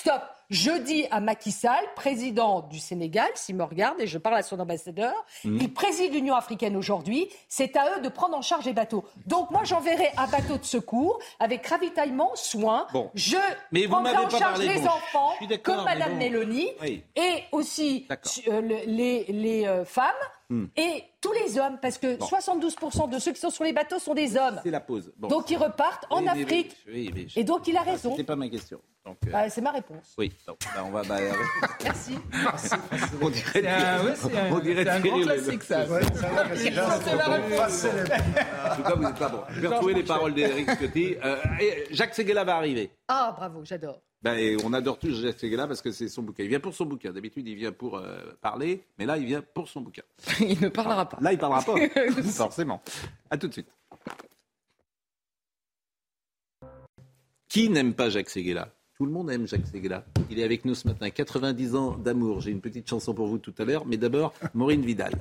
Je dis à Macky Sall, président du Sénégal, s'il me regarde, et je parle à son ambassadeur, mmh. il préside l'Union africaine aujourd'hui, c'est à eux de prendre en charge les bateaux. Donc moi, j'enverrai un bateau de secours avec ravitaillement, soins. Bon. Je mais vous prendrai en pas charge parlé, les bon, enfants, comme Madame bon. Mélanie, oui. et aussi euh, le, les, les euh, femmes. Hmm. Et tous les hommes, parce que bon. soixante-douze pour cent de ceux qui sont sur les bateaux sont des hommes. C'est la pause. Bon. Donc ils repartent en oui, Afrique. Oui, oui, oui, je... Et donc il a raison. C'est pas ma question. Donc, euh... bah, c'est ma réponse. Oui, donc, bah, on va. Bah, Merci. On dirait, c'est un, ouais, c'est un, on dirait c'est un grand classique, ça. Ouais, c'est la réponse. En tout cas, vous n'êtes pas bon. Je vais retrouver les paroles d'Éric Ciotti. Euh, Jacques Séguéla va arriver. Ah, bravo, j'adore. Ben, et on adore tous Jacques Séguéla parce que c'est son bouquin. Il vient pour son bouquin. D'habitude, il vient pour euh, parler, mais là, il vient pour son bouquin. Il ne parlera pas. Là, il ne parlera pas. Forcément. À tout de suite. Qui n'aime pas Jacques Séguéla ? Tout le monde aime Jacques Séguéla. Il est avec nous ce matin. quatre-vingt-dix ans d'amour. J'ai une petite chanson pour vous tout à l'heure. Mais d'abord, Maureen Vidal.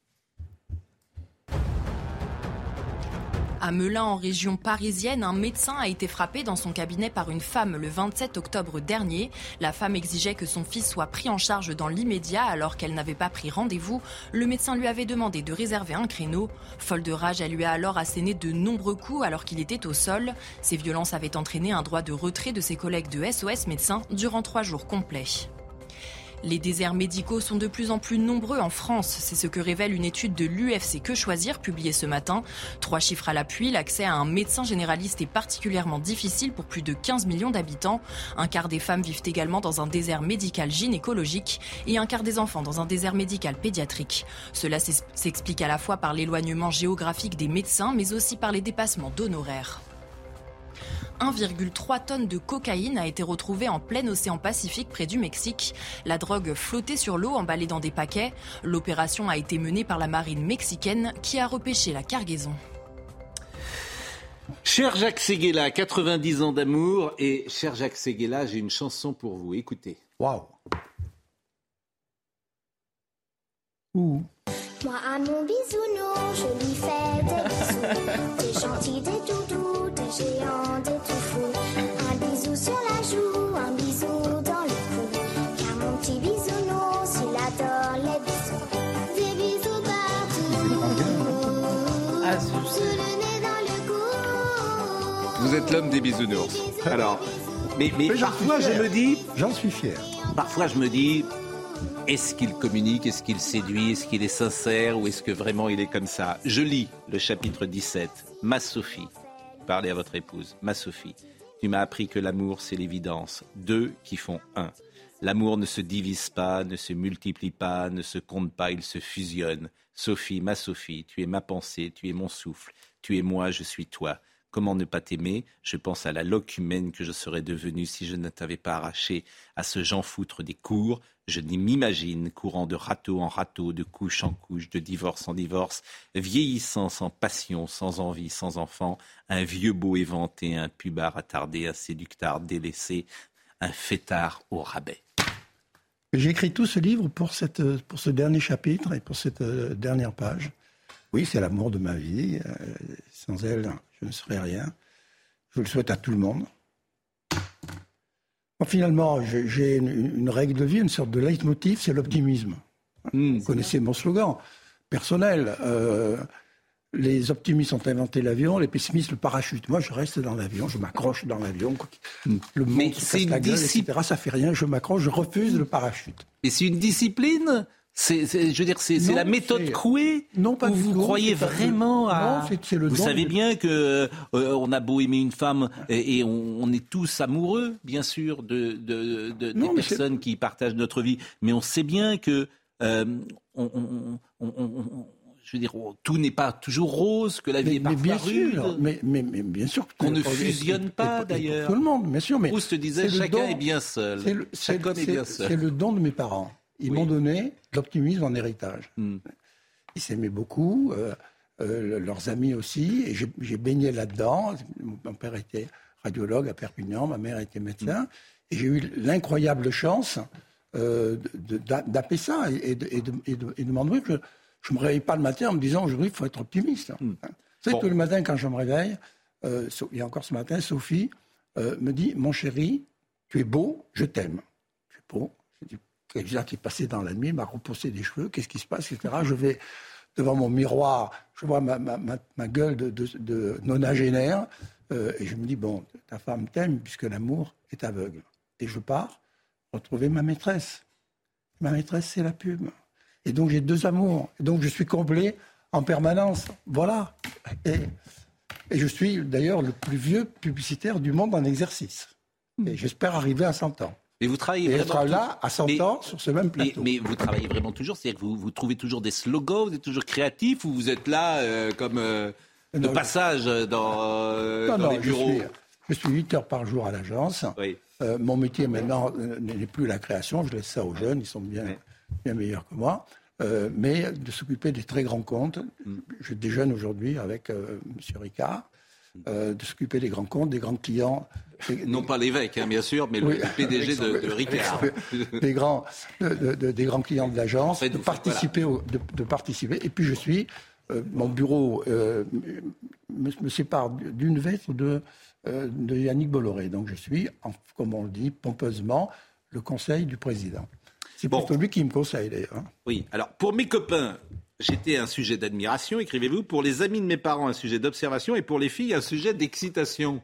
À Melun, en région parisienne, un médecin a été frappé dans son cabinet par une femme le vingt-sept octobre dernier. La femme exigeait que son fils soit pris en charge dans l'immédiat alors qu'elle n'avait pas pris rendez-vous. Le médecin lui avait demandé de réserver un créneau. Folle de rage, elle lui a alors asséné de nombreux coups alors qu'il était au sol. Ces violences avaient entraîné un droit de retrait de ses collègues de S O S Médecins durant trois jours complets. Les déserts médicaux sont de plus en plus nombreux en France. C'est ce que révèle une étude de l'U F C Que Choisir publiée ce matin. Trois chiffres à l'appui. L'accès à un médecin généraliste est particulièrement difficile pour plus de quinze millions d'habitants. Un quart des femmes vivent également dans un désert médical gynécologique et un quart des enfants dans un désert médical pédiatrique. Cela s'explique à la fois par l'éloignement géographique des médecins, mais aussi par les dépassements d'honoraires. un virgule trois tonnes de cocaïne a été retrouvée en plein océan Pacifique près du Mexique. La drogue flottait sur l'eau emballée dans des paquets. L'opération a été menée par la marine mexicaine qui a repêché la cargaison. Cher Jacques Séguéla, quatre-vingt-dix ans d'amour. Et cher Jacques Séguéla, j'ai une chanson pour vous. Écoutez. Waouh. Ouh. Moi à mon bisounours, je lui fais des bisous. Des gentils, des doudous, des géants, des tout fous. Un bisou sur la joue, un bisou dans le cou. Car mon petit bisounours, il adore les bisous. Des bisous partout. Ah, sous le nez dans le cou. Vous êtes l'homme des bisounours. Alors, mais, mais, mais parfois je me dis... J'en suis fier. Parfois je me dis... Est-ce qu'il communique, est-ce qu'il séduit, est-ce qu'il est sincère ou est-ce que vraiment il est comme ça ? Je lis le chapitre dix-sept. Ma Sophie, parlez à votre épouse. Ma Sophie, tu m'as appris que l'amour c'est l'évidence. Deux qui font un. L'amour ne se divise pas, ne se multiplie pas, ne se compte pas, il se fusionne. Sophie, ma Sophie, tu es ma pensée, tu es mon souffle. Tu es moi, je suis toi. Comment ne pas t'aimer ? Je pense à la loque humaine que je serais devenue si je ne t'avais pas arraché à ce Jean Foutre des cours. Je m'imagine courant de râteau en râteau, de couche en couche, de divorce en divorce, vieillissant sans passion, sans envie, sans enfant, un vieux beau éventé, un pubard attardé, un séductard délaissé, un fêtard au rabais. J'ai écrit tout ce livre pour, cette, pour ce dernier chapitre et pour cette dernière page. Oui, c'est l'amour de ma vie. Sans elle, je ne serais rien. Je le souhaite à tout le monde. Bon, finalement, j'ai une, une règle de vie, une sorte de leitmotiv, c'est l'optimisme. Mmh. Vous connaissez mon slogan personnel. Euh, les optimistes ont inventé l'avion, les pessimistes le parachute. Moi, je reste dans l'avion, je m'accroche dans l'avion. Mmh. Le monde Mais se c'est casse la gueule, disci... et cetera. Ça fait rien, je m'accroche, je refuse le parachute. Et c'est une discipline ? C'est, c'est, je veux dire, c'est, c'est non, la méthode c'est... Coué non, pas où vous tout, croyez vraiment pas... à... Non, c'est, c'est le vous don savez du... bien que euh, on a beau aimer une femme et, et on, on est tous amoureux, bien sûr, de, de, de non, des personnes c'est... qui partagent notre vie. Mais on sait bien que euh, on, on, on, on, je veux dire, tout n'est pas toujours rose, que la vie mais, est parfois mais bien rude. Sûr, mais, mais, mais bien sûr que qu'on ne fusionne et, pas, et, d'ailleurs. Et tout le monde, bien sûr. Mais Proust disait chacun est bien seul. C'est le, Chaque homme est bien seul. C'est le don de mes parents. Ils oui. m'ont donné l'optimisme en héritage. Mm. Ils s'aimaient beaucoup, euh, euh, leurs amis aussi, et j'ai, j'ai baigné là-dedans. Mon père était radiologue à Perpignan, ma mère était médecin, mm. et j'ai eu l'incroyable chance euh, de, de, d'appeler ça et de, et de, et de, et de m'en dire que je ne me réveille pas le matin en me disant aujourd'hui il faut être optimiste. Mm. Vous savez, bon. Tous les matins quand je me réveille, euh, il y a encore ce matin, Sophie euh, me dit « Mon chéri, tu es beau, je t'aime ». repos. Quelqu'un qui est passé dans la nuit m'a repoussé des cheveux. Qu'est-ce qui se passe, et cetera. Je vais devant mon miroir, je vois ma, ma, ma, ma gueule de, de, de nonagénaire, euh, et je me dis, bon, ta femme t'aime puisque l'amour est aveugle. Et je pars retrouver ma maîtresse. Ma maîtresse, c'est la pub. Et donc, j'ai deux amours. Et donc, je suis comblé en permanence. Voilà. Et, et je suis d'ailleurs le plus vieux publicitaire du monde en exercice. Et j'espère arriver à cent ans. Mais vous travaillez et vraiment être là à cent mais, ans sur ce même plateau. Mais, mais vous travaillez vraiment toujours, c'est-à-dire que vous, vous trouvez toujours des slogans, vous êtes toujours créatif ou vous êtes là euh, comme euh, de non, passage dans, euh, non, dans non, les bureaux? Je suis huit heures par jour à l'agence. Oui. Euh, mon métier maintenant euh, n'est plus la création, je laisse ça aux jeunes, ils sont bien, oui. bien meilleurs que moi. Euh, mais de s'occuper des très grands comptes. Mm. Je déjeune aujourd'hui avec euh, M. Ricard. Euh, de s'occuper des grands comptes, des grands clients. Des, non pas l'évêque, hein, bien sûr, mais oui, le P D G de, de Ricard. Des grands, de, de, des grands clients de l'agence, en fait, de, participer voilà. au, de, de participer. Et puis je suis, euh, mon bureau euh, me, me sépare d'une lettre de, euh, de Yannick Bolloré. Donc je suis, en, comme on le dit pompeusement, le conseil du président. C'est bon. Plutôt lui qui me conseille d'ailleurs. Hein. Oui, alors pour mes copains, j'étais un sujet d'admiration, écrivez-vous. Pour les amis de mes parents, un sujet d'observation. Et pour les filles, un sujet d'excitation.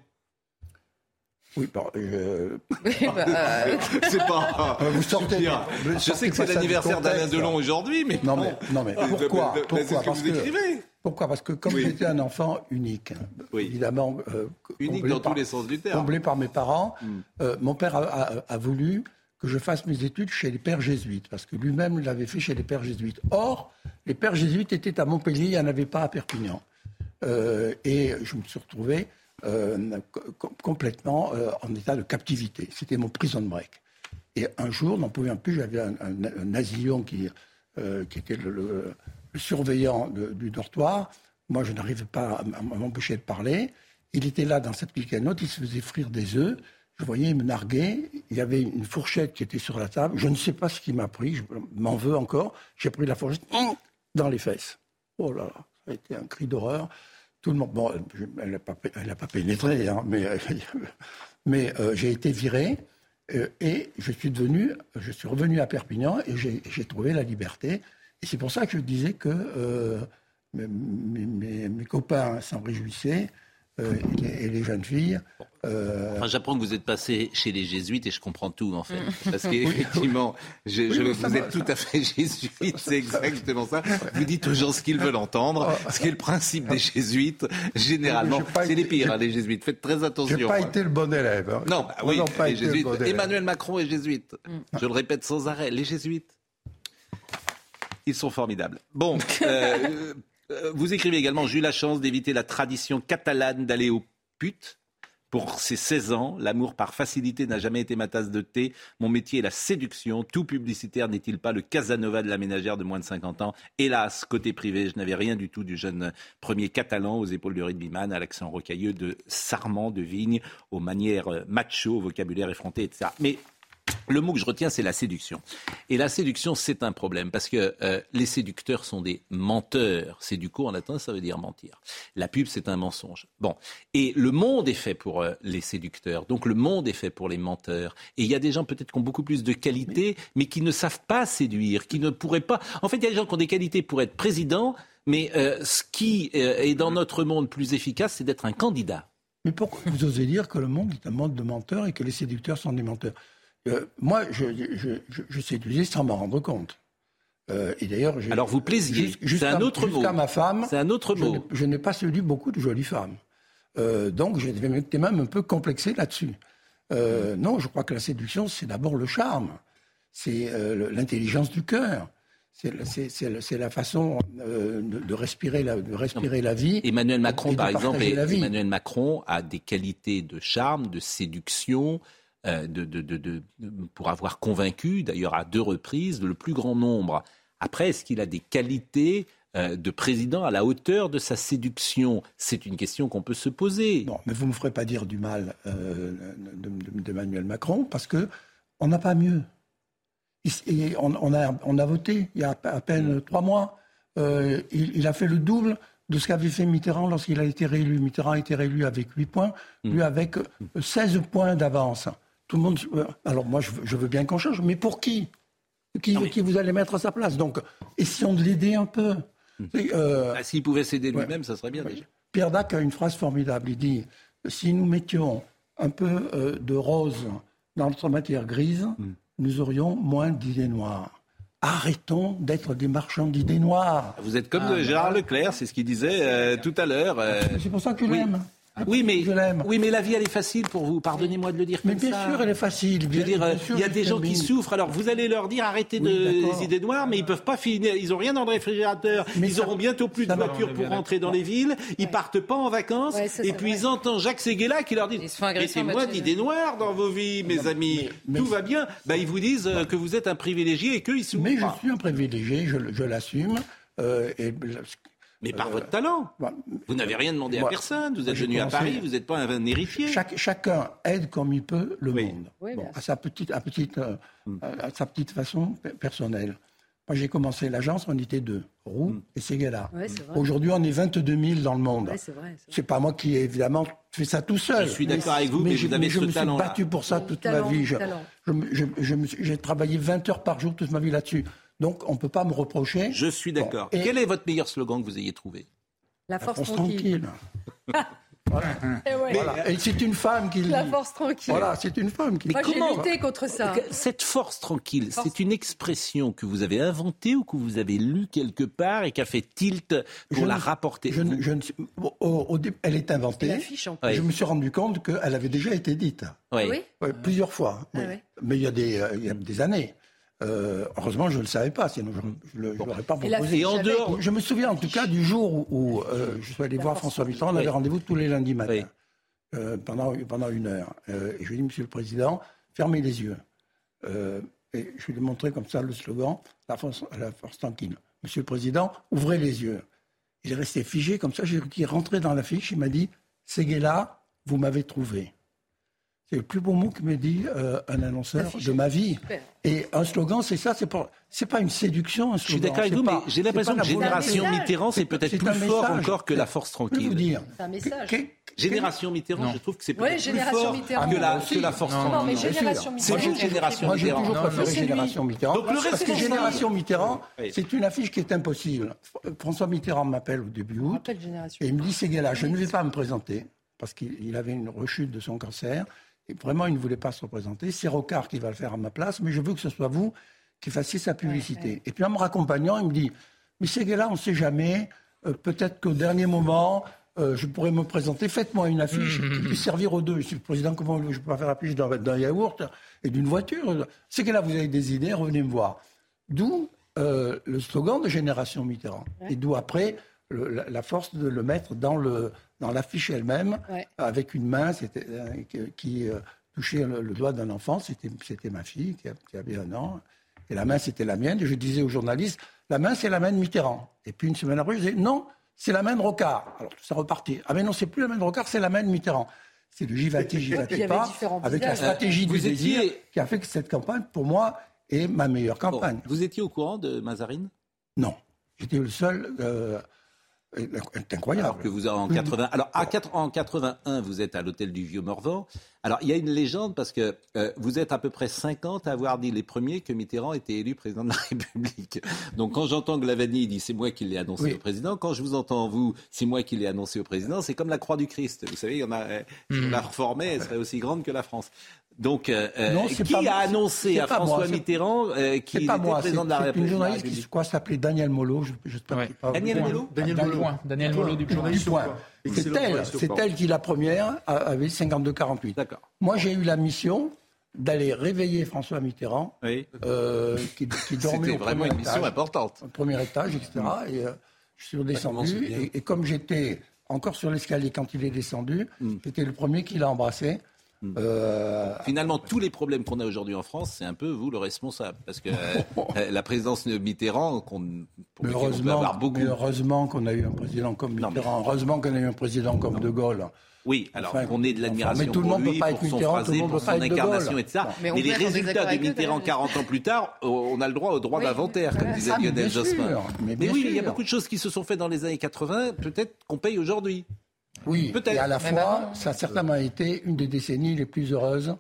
Oui, bon, je... c'est pas... Vous sortez... Bien. Je sais que c'est l'anniversaire d'Alain Delon aujourd'hui, mais... Non, mais, non, mais pourquoi, de, de, de, pourquoi, que parce vous écrivez. Que, pourquoi Parce que comme oui. j'étais un enfant unique, oui. évidemment... Euh, unique dans par, tous les sens du terme. Comblé par mes parents, mm. euh, mon père a, a, a voulu... que je fasse mes études chez les pères jésuites, parce que lui-même l'avait fait chez les pères jésuites. Or, les pères jésuites étaient à Montpellier, il n'y en avait pas à Perpignan. Euh, et je me suis retrouvé euh, co- complètement euh, en état de captivité. C'était mon prison break. Et un jour, n'en pouvant plus, j'avais un, un, un asillon qui, euh, qui était le, le, le surveillant de, du dortoir. Moi, je n'arrivais pas à, à m'empêcher de parler. Il était là dans cette petite note, il se faisait frire des œufs. Je voyais, il me narguait, il y avait une fourchette qui était sur la table. Je ne sais pas ce qui m'a pris, je m'en veux encore. J'ai pris la fourchette dans les fesses. Oh là là, ça a été un cri d'horreur. Tout le monde, bon, elle n'a pas, pas pénétré, hein, mais, mais euh, j'ai été viré euh, et je suis devenu, je suis revenu à Perpignan et j'ai, j'ai trouvé la liberté. Et c'est pour ça que je disais que euh, mes, mes, mes copains s'en réjouissaient. Euh, et, les, et les jeunes filles. Euh... Enfin, j'apprends que vous êtes passé chez les jésuites et je comprends tout en fait. Parce qu'effectivement, je, oui, je, vous va, êtes ça. Tout à fait jésuite, c'est exactement ça. Vous dites toujours ce qu'ils veulent entendre. Ce qui est le principe des jésuites, généralement, c'est été, les pires, hein, les jésuites. Faites très attention. Je n'ai pas hein. été le bon élève. Hein. Non, bah, oui, pas les jésuites. Bon Emmanuel Macron est jésuite. Mm. Je le répète sans arrêt, les jésuites, ils sont formidables. Bon. Euh, Vous écrivez également « J'ai eu la chance d'éviter la tradition catalane d'aller aux putes. Pour ses seize ans, l'amour par facilité n'a jamais été ma tasse de thé. Mon métier est la séduction. Tout publicitaire n'est-il pas le Casanova de la ménagère de moins de cinquante ans? Hélas, côté privé, je n'avais rien du tout du jeune premier catalan aux épaules de rugbyman, à l'accent rocailleux de Sarment de Vigne, aux manières macho, au vocabulaire effronté, et cetera. Mais le mot que je retiens, c'est la séduction. Et la séduction, c'est un problème, parce que euh, les séducteurs sont des menteurs. Séduco, en latin, ça veut dire mentir. La pub, c'est un mensonge. Bon. Et le monde est fait pour euh, les séducteurs. Donc, le monde est fait pour les menteurs. Et il y a des gens, peut-être, qui ont beaucoup plus de qualités, mais qui ne savent pas séduire, qui ne pourraient pas... En fait, il y a des gens qui ont des qualités pour être président, mais euh, ce qui euh, est dans notre monde plus efficace, c'est d'être un candidat. Mais pourquoi vous osez dire que le monde est un monde de menteurs et que les séducteurs sont des menteurs ? Euh, moi, je, je, je, je séduisais sans m'en rendre compte. Euh, et d'ailleurs, j'ai, alors vous plaisiez, jus- c'est un autre mot. Jusqu'à ma femme, c'est un autre mot. Je n'ai, je n'ai pas séduit beaucoup de jolies femmes. Euh, donc, j'étais même un peu complexé là-dessus. Euh, non, je crois que la séduction, c'est d'abord le charme, c'est euh, l'intelligence du cœur. C'est, c'est, c'est, c'est la façon euh, de, de respirer, la, de respirer la vie. Emmanuel Macron, par exemple, Emmanuel Macron a des qualités de charme, de séduction. De, de, de, de, pour avoir convaincu, d'ailleurs à deux reprises, le plus grand nombre. Après, est-ce qu'il a des qualités euh, de président à la hauteur de sa séduction? C'est une question qu'on peut se poser. Non, mais vous ne me ferez pas dire du mal euh, de, de, d'Emmanuel Macron, parce qu'on n'a pas mieux. Il, on, on, a, on a voté il y a à peine trois mois. Euh, il, il a fait le double de ce qu'avait fait Mitterrand lorsqu'il a été réélu. Mitterrand a été réélu avec huit points, lui avec seize points d'avance. tout le monde. Alors moi, je veux, je veux bien qu'on change, mais pour qui qui, non, mais... qui vous allez mettre à sa place? Donc, essayons de l'aider un peu. Mmh. Euh... Ah, s'il pouvait s'aider lui-même, ouais. ça serait bien déjà. Pierre Dac a une phrase formidable. Il dit, si nous mettions un peu euh, de rose dans notre matière grise, mmh. nous aurions moins d'idées noires. Arrêtons d'être des marchands d'idées noires. Vous êtes comme ah, Gérard bah... Leclerc, c'est ce qu'il disait euh, tout à l'heure. Euh... C'est pour ça que je oui. l'aime. Oui mais, oui, mais la vie, elle est facile pour vous. Pardonnez-moi de le dire comme mais bien ça. Bien sûr, elle est facile. Je veux dire, il y a des gens qui souffrent. Alors, vous allez leur dire, arrêtez oui, de, les idées noires, mais ils peuvent pas finir. Ils ont rien dans le réfrigérateur. Mais ils ça, auront bientôt plus de voitures pour rentrer dans les villes. Ils ouais. partent pas en vacances. Ouais, ça, et puis, vrai. ils entendent Jacques Séguéla qui leur dit, mettez-moi d'idées noires dans vos vies, mes non, amis. Mais, Tout mais, va bien. Ben, ils vous disent euh, que vous êtes un privilégié et qu'eux, ils souffrent. Mais pas. je suis un privilégié, je, je l'assume. Euh, et, Mais par euh, votre talent. Bah, vous n'avez rien demandé moi, à personne. Vous êtes venu à Paris, vous n'êtes pas un, un héritier. Chaque, chacun aide comme il peut le oui. monde, Oui, bon, à, sa petite, à, petite, euh, mm. à sa petite façon personnelle. Moi, j'ai commencé l'agence, on était deux, Roux mm. et Séguéla. Ouais, aujourd'hui, on est vingt-deux mille dans le monde. Ouais, c'est vrai, c'est, c'est pas moi qui ai évidemment fait ça tout seul. Je suis d'accord mais, avec vous, mais, mais vous avez je ce me talent. Je me suis battu pour ça toute talent, ma vie. Je, je, je, je, je, j'ai travaillé vingt heures par jour toute ma vie là-dessus. Donc, on ne peut pas me reprocher. Je suis d'accord. Bon, et... Quel est votre meilleur slogan que vous ayez trouvé? La force, la force tranquille. tranquille. Voilà. Et, ouais. voilà. Et c'est une femme qui le dit. La force tranquille. Voilà, c'est une femme qui le dit. Moi, comment... j'ai lutté contre ça. Cette force tranquille, force... c'est une expression que vous avez inventée ou que vous avez lue quelque part et qui a fait tilt pour je la ne... rapporter je ne... je ne... au, au début, elle est inventée. L'affiche, en plus. Je me suis rendu compte qu'elle avait déjà été dite. Oui. Oui. Ouais, plusieurs fois. Ah, oui. Mais il y a des, euh, il y a des années. Euh, heureusement, je ne le savais pas, sinon je ne l'aurais pas proposé. Et en dehors... Je me souviens en tout cas du jour où, où euh, je suis allé voir François Mitterrand. On avait oui. rendez-vous tous les lundis matin, oui. euh, pendant, pendant une heure. Euh, et je lui ai dit, Monsieur le Président, fermez les yeux. Euh, et je lui ai montré comme ça le slogan, la force, la force tranquille. Monsieur le Président, ouvrez les yeux. Il est resté figé comme ça. J'ai vu qu'il est rentré dans l'affiche. Il m'a dit, Séguéla, vous m'avez trouvé. C'est le plus beau mot que m'ait dit euh, un annonceur de ma vie. Et un slogan, c'est ça, c'est, pour... c'est pas une séduction, un slogan. Je suis d'accord avec vous, pas... mais j'ai l'impression que Génération Mitterrand, c'est peut-être c'est plus fort message. encore que la force tranquille. Vous dire. C'est un message. Que, que, Génération Mitterrand, non. je trouve que c'est peut-être oui, plus fort Mitterrand. que la, que la force non, tranquille. Non, mais Génération Mitterrand. C'est Génération Moi, j'ai Mitterrand. toujours préféré Génération Mitterrand. Donc, le parce que Génération Mitterrand, c'est une affiche qui est impossible. François Mitterrand m'appelle au début août. Et il me dit, Séguéla, je ne vais pas me présenter, parce qu'il avait une rechute de son cancer. Et vraiment, il ne voulait pas se représenter. C'est Rocard qui va le faire à ma place, mais je veux que ce soit vous qui fassiez sa publicité. Ouais, ouais. Et puis en me raccompagnant, il me dit, mais Séguéla, on ne sait jamais, euh, peut-être qu'au dernier moment, euh, je pourrais me présenter, faites-moi une affiche mmh, qui puisse servir aux deux. Je suis le président, comment je peux pas faire l'affiche d'un, d'un yaourt et d'une voiture? Séguéla, vous avez des idées, revenez me voir. D'où euh, le slogan de Génération Mitterrand. Ouais. Et d'où après... Le, la, la force de le mettre dans, le, dans l'affiche elle-même, ouais. avec une main c'était, euh, qui, qui euh, touchait le, le doigt d'un enfant, c'était, c'était ma fille qui, a, qui avait un an, et la main c'était la mienne, et je disais aux journalistes, la main c'est la main de Mitterrand. Et puis une semaine après, je disais, non, c'est la main de Rocard. Alors ça repartait, ah mais non, c'est plus la main de Rocard, c'est la main de Mitterrand. C'est le j'y vais-t-il, j'y vais-t-il pas, avec la stratégie du désir, qui a fait que cette campagne, pour moi, est ma meilleure campagne. Bon, vous étiez au courant de Mazarine? Non, j'étais le seul... Euh, C'est incroyable. Alors que vous en quatre-vingts. Alors à quatre, en quatre-vingt-un, vous êtes à l'hôtel du Vieux-Morvan. Alors il y a une légende parce que euh, vous êtes à peu près cinquante à avoir dit les premiers que Mitterrand était élu président de la République. Donc quand j'entends que Lavagny dit c'est moi qui l'ai annoncé oui. au président, quand je vous entends vous, c'est moi qui l'ai annoncé au président, c'est comme la croix du Christ. Vous savez, il y en a, euh, si on la reformait, elle serait aussi grande que la France. Donc, euh, non, qui pas, a annoncé à François moi, Mitterrand euh, qu'il était moi, président c'est, de la République? C'est une journaliste qui quoi, s'appelait Daniel Mollo. Je, je ouais. pas Daniel Mollo Daniel Mollo. Daniel Mollo du Point. C'est elle, c'est elle qui, la première, avait cinquante-deux quarante-huit. D'accord. Moi, j'ai eu la mission d'aller réveiller François Mitterrand, oui. euh, qui, qui dormait C'était au vraiment premier une mission étage, importante. Au premier étage, et cetera. Et euh, je suis redescendu. Et, et comme j'étais encore sur l'escalier quand il est descendu, mm. j'étais le premier qui l'a embrassé. Euh... Finalement, tous les problèmes qu'on a aujourd'hui en France, c'est un peu vous le responsable. Parce que euh, la présidence de Mitterrand, qu'on, pour lequel on peut avoir beaucoup... Mais heureusement qu'on a eu un président comme Mitterrand, non, mais... heureusement qu'on a eu un président comme non. De Gaulle. Oui, alors enfin, qu'on ait de l'admiration enfin, mais tout le monde pour lui, peut pas pour être son Mitterrand, phrasé, pour son incarnation, et cetera. Mais, mais les résultats de Mitterrand quarante ans plus tard, on a le droit au droit oui, d'inventaire, comme disait Lionel Jospin. Mais, mais oui, sûr. il y a beaucoup de choses qui se sont faites dans les années quatre-vingts, peut-être qu'on paye aujourd'hui. Oui, peut-être. Et à la fois, ça a certainement été une des décennies les plus heureuses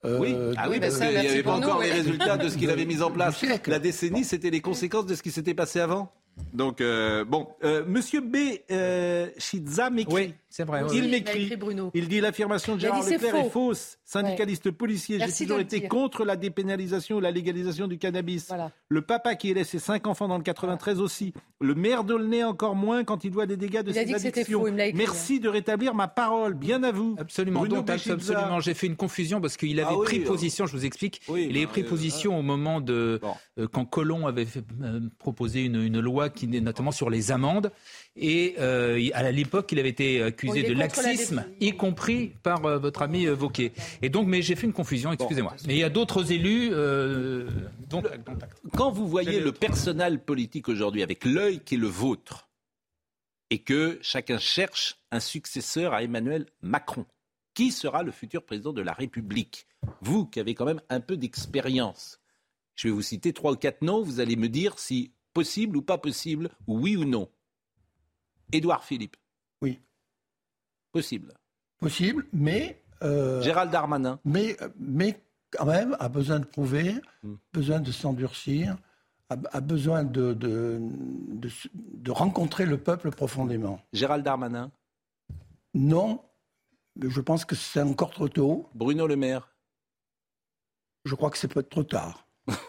Euh, oui, ah oui, parce qu'il n'y avait pas encore nous, les ouais. résultats de ce qu'il avait mis en place. La décennie, c'était les conséquences de ce qui s'était passé avant. Donc, euh, bon, euh, Monsieur B. Euh, Chiza m'écrit. Oui, c'est vrai. Il oui, m'écrit. Il, Bruno. Il dit l'affirmation de Gérard Leclerc est fausse. Syndicaliste ouais. policier, Merci j'ai toujours été dire. contre la dépénalisation ou la légalisation du cannabis. Voilà. Le papa qui a laissé cinq enfants dans le quatre-vingt-treize voilà. aussi. Le maire d'Aulnay encore moins quand il voit des dégâts de il ses addictions. Faux, Merci de rétablir ma parole. Bien à vous. Absolument. Bruno donc, absolument. J'ai fait une confusion parce qu'il avait ah, pris oui, position. Je vous explique. Oui, il avait pris euh, position euh, au moment de bon. euh, quand Collomb avait fait, euh, proposé une, une loi qui notamment sur les amendes. Et euh, à l'époque, il avait été accusé de laxisme, y compris par euh, votre ami euh, Wauquiez. Et donc, mais j'ai fait une confusion, excusez-moi. Mais il y a d'autres élus. Euh, donc, quand vous voyez le personnel politique aujourd'hui avec l'œil qui est le vôtre, et que chacun cherche un successeur à Emmanuel Macron, qui sera le futur président de la République? Vous qui avez quand même un peu d'expérience, je vais vous citer trois ou quatre noms, vous allez me dire si possible ou pas possible, oui ou non. Édouard Philippe. Oui. Possible. Possible, mais... Euh, Gérald Darmanin. Mais, mais quand même, a besoin de prouver, mm. besoin de s'endurcir, a, a besoin de, de, de, de rencontrer le peuple profondément. Gérald Darmanin. Non, je pense que c'est encore trop tôt. Bruno Le Maire. Je crois que c'est peut-être trop tard.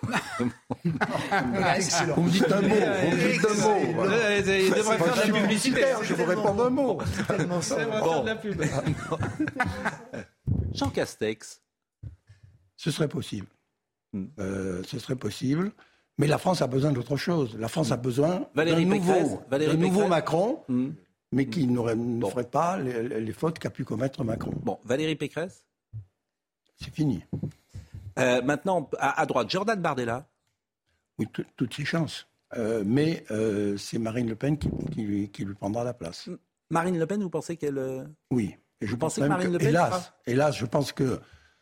Excellent. Vous me dites un mot. Vous me dites un mot. Voilà. Il devrait faire de la publicité. Je vous réponds un mot. Bon. Jean Castex. Ce serait possible. Hmm. Euh, ce serait possible. Mais la France a besoin d'autre chose. La France a besoin Valérie d'un Pécresse, nouveau, Valérie d'un nouveau Pécresse. Macron, hmm. mais qui n'aurait, ne bon. ferait pas les, les fautes qu'a pu commettre Macron. Bon, Valérie Pécresse. C'est fini. Euh, maintenant, à, à droite, Jordan Bardella. Oui, t- toutes ses chances. Euh, mais euh, c'est Marine Le Pen qui, qui, lui, qui lui prendra la place. Marine Le Pen, vous pensez qu'elle... Euh... Oui. Et je vous pense pensez que Marine que, Le Pen... Hélas, fera... hélas, je pense que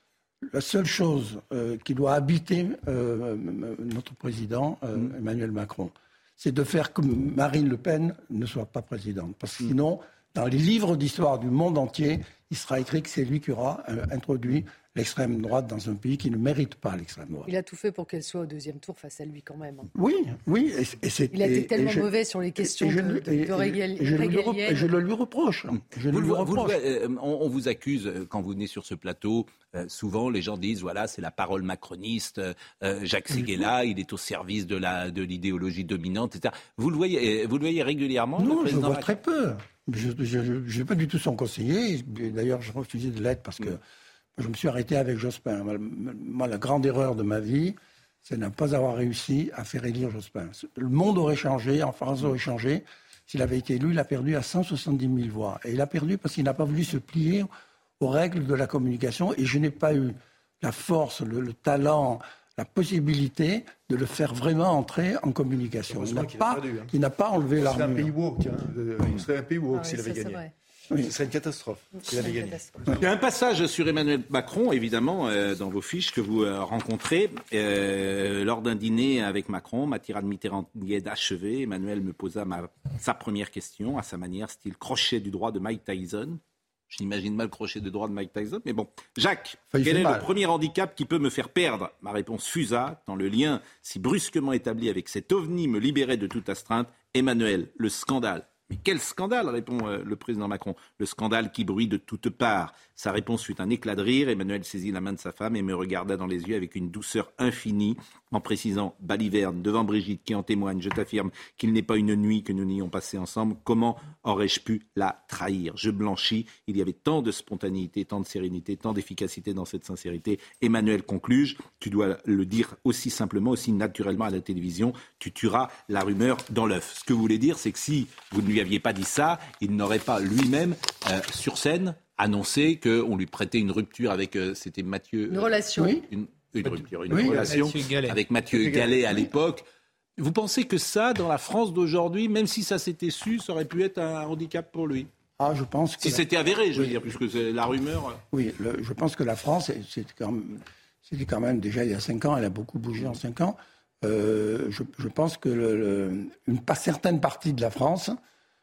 la seule chose euh, qui doit habiter euh, notre président, euh, mmh. Emmanuel Macron, c'est de faire que Marine Le Pen ne soit pas présidente. Parce que sinon, mmh. dans les livres d'histoire du monde entier, il sera écrit que c'est lui qui aura euh, introduit l'extrême droite dans un pays qui ne mérite pas l'extrême droite. Il a tout fait pour qu'elle soit au deuxième tour face à lui quand même. Oui, oui. Et, et c'est, il a été et, tellement et je, mauvais sur les questions et, et de, de, de régalienne. Et je, le, je le lui reproche. Je vous, le lui reproche. Vous, euh, on, on vous accuse, quand vous venez sur ce plateau, euh, souvent les gens disent, voilà, c'est la parole macroniste, euh, Jacques Séguéla, il est au service de, la, de l'idéologie dominante, et cetera. Vous le voyez, vous le voyez régulièrement? Non, le je le vois Macron. très peu. Je n'ai pas du tout son conseiller. D'ailleurs, je refusais de l'être parce que je me suis arrêté avec Jospin. Moi, la grande erreur de ma vie, c'est de ne pas avoir réussi à faire élire Jospin. Le monde aurait changé, en France aurait changé. S'il avait été élu, il a perdu à cent soixante-dix mille voix. Et il a perdu parce qu'il n'a pas voulu se plier aux règles de la communication. Et je n'ai pas eu la force, le, le talent, la possibilité de le faire vraiment entrer en communication. Il n'a pas, perdu, hein. il n'a pas enlevé l'armure. Il serait un pays woke, hein. Il serait un pays woke ah, s'il avait gagné. Oui. Ce serait une catastrophe s'il avait gagné. Il y a un passage sur Emmanuel Macron, évidemment, euh, dans vos fiches que vous euh, rencontrez. Euh, lors d'un dîner avec Macron, ma tirade mitterrandienne achevée, Emmanuel me posa ma, sa première question, à sa manière, style crochet du droit de Mike Tyson. Je n'imagine pas le crochet de droit de Mike Tyson, mais bon. Jacques, quel est mal. le premier handicap qui peut me faire perdre? Ma réponse fusa, tant le lien si brusquement établi avec cet ovni me libérait de toute astreinte. Emmanuel, le scandale. Mais quel scandale, répond euh, le président Macron. Le scandale qui bruit de toutes parts. Sa réponse fut un éclat de rire. Emmanuel saisit la main de sa femme et me regarda dans les yeux avec une douceur infinie, en précisant, baliverne, devant Brigitte, qui en témoigne, je t'affirme qu'il n'est pas une nuit que nous n'ayons passée ensemble. Comment aurais-je pu la trahir? Je blanchis. Il y avait tant de spontanéité, tant de sérénité, tant d'efficacité dans cette sincérité. Emmanuel concluge, tu dois le dire aussi simplement, aussi naturellement à la télévision, tu tueras la rumeur dans l'œuf. Ce que vous voulez dire, c'est que si vous ne lui aviez pas dit ça, il n'aurait pas lui-même, euh, sur scène, annoncé qu'on lui prêtait une rupture avec, euh, c'était Mathieu... Une relation. Oui. Une, une rupture, une oui, relation avec Mathieu Gallet à l'époque. Vous pensez que ça, dans la France d'aujourd'hui, même si ça s'était su, ça aurait pu être un handicap pour lui? Ah, je pense que... Si la... c'était avéré, je veux oui. dire, puisque c'est la rumeur... Oui, le, je pense que la France, c'était quand, même, c'était quand même déjà il y a cinq ans, elle a beaucoup bougé en cinq ans. Euh, je, je pense que le, le, une pas certaine partie de la France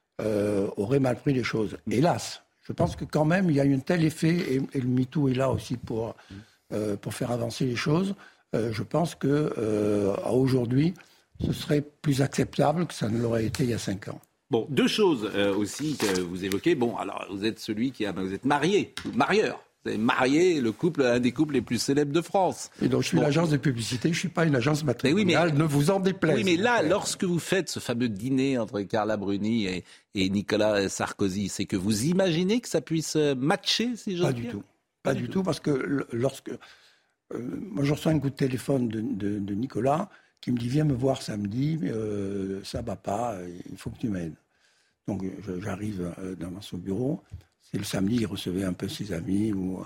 euh, aurait mal pris les choses. Hélas, je pense que quand même, il y a eu un tel effet, et, et le MeToo est là aussi pour euh, pour faire avancer les choses, euh, je pense que euh, aujourd'hui, ce serait plus acceptable que ça ne l'aurait été il y a cinq ans. Bon, deux choses euh, aussi que vous évoquez. Bon, alors vous êtes celui qui a, vous êtes marié, marieur. Vous avez marié le couple, un des couples les plus célèbres de France. Et donc je suis bon. l'agence de publicité, je ne suis pas une agence matrimoniale, oui, mais, ne vous en déplaise. Oui, mais là, lorsque vous faites ce fameux dîner entre Carla Bruni et, et Nicolas Sarkozy, c'est que vous imaginez que ça puisse matcher, si j'ose dire ? Pas du tout. Pas, pas du tout, tout, parce que lorsque... Euh, moi, je reçois un coup de téléphone de, de, de Nicolas qui me dit « Viens me voir samedi, euh, ça ne va pas, il faut que tu m'aides ». Donc je, j'arrive dans son bureau. C'est le samedi, il recevait un peu ses amis. Ou,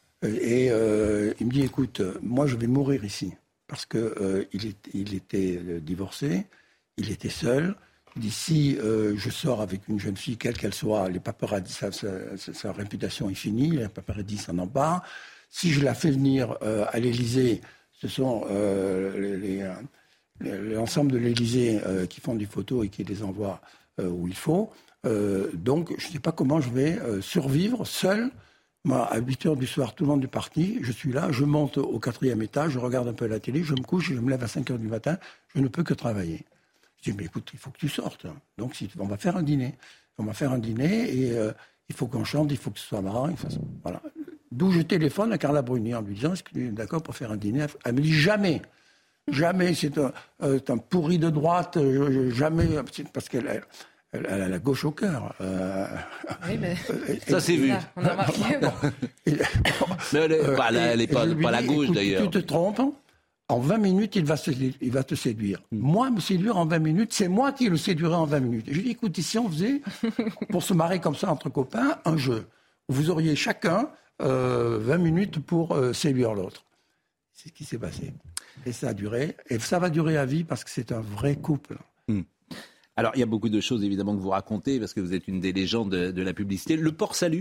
et euh, il me dit, écoute, moi je vais mourir ici. Parce qu'il euh, il était divorcé, il était seul. Il dit, si euh, je sors avec une jeune fille, quelle qu'elle soit, les paparazzis, sa, sa, sa, sa réputation est finie, les paparazzis s'en emparent. Si je la fais venir euh, à l'Élysée, ce sont euh, les, les, les, l'ensemble de l'Élysée euh, qui font des photos et qui les envoient euh, où il faut. Euh, donc, je ne sais pas comment je vais euh, survivre seul. Moi, à huit heures du soir, tout le monde est parti. Je suis là, je monte au quatrième étage, je regarde un peu la télé, je me couche, je me lève à cinq heures du matin. Je ne peux que travailler. Je dis, mais écoute, il faut que tu sortes. Donc, si, on va faire un dîner. On va faire un dîner et euh, il faut qu'on chante, il faut que ce soit marrant. Faut... Voilà. D'où je téléphone à Carla Bruni en lui disant, est-ce que tu es d'accord pour faire un dîner ? Elle me dit, jamais. Jamais. C'est un, euh, un pourri de droite. Euh, jamais. Parce qu'elle... Elle, Elle a la gauche au cœur. Euh... Oui, mais... Ça, c'est vu. On a remarqué. Bon. Mais elle n'est pas, euh, pas, pas la gauche, écoute, d'ailleurs. Tu te trompes. En vingt minutes, il va, se, il va te séduire. Mm. Moi, me séduire en vingt minutes, c'est moi qui le séduirai en vingt minutes. Et je lui dis, écoute, ici, on faisait, pour se marrer comme ça entre copains, un jeu. Vous auriez chacun euh, vingt minutes pour euh, séduire l'autre. C'est ce qui s'est passé. Et ça a duré. Et ça va durer à vie parce que c'est un vrai couple. Mm. Alors, il y a beaucoup de choses, évidemment, que vous racontez, parce que vous êtes une des légendes de, de la publicité. Le port salut.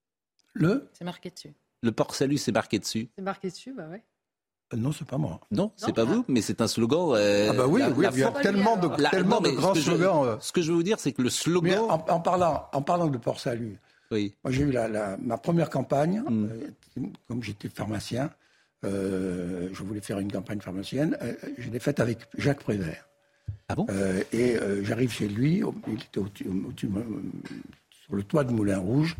Le C'est marqué dessus. Le port salut, c'est marqué dessus. C'est marqué dessus, bah ouais. Euh, non, c'est pas moi. Non, non c'est pas ah. vous, mais c'est un slogan. Euh, ah bah oui, la, oui, la il y a tellement de, la, tellement non, de grands ce slogans. Je, euh... Ce que je veux vous dire, c'est que le slogan... Mais en, en, parlant, en parlant de port salut, oui. moi j'ai eu la, la, ma première campagne, mm. euh, comme j'étais pharmacien, euh, je voulais faire une campagne pharmacienne, euh, je l'ai faite avec Jacques Prévert. Ah bon euh, Et euh, j'arrive chez lui, il était au, au, au, sur le toit de Moulin Rouge,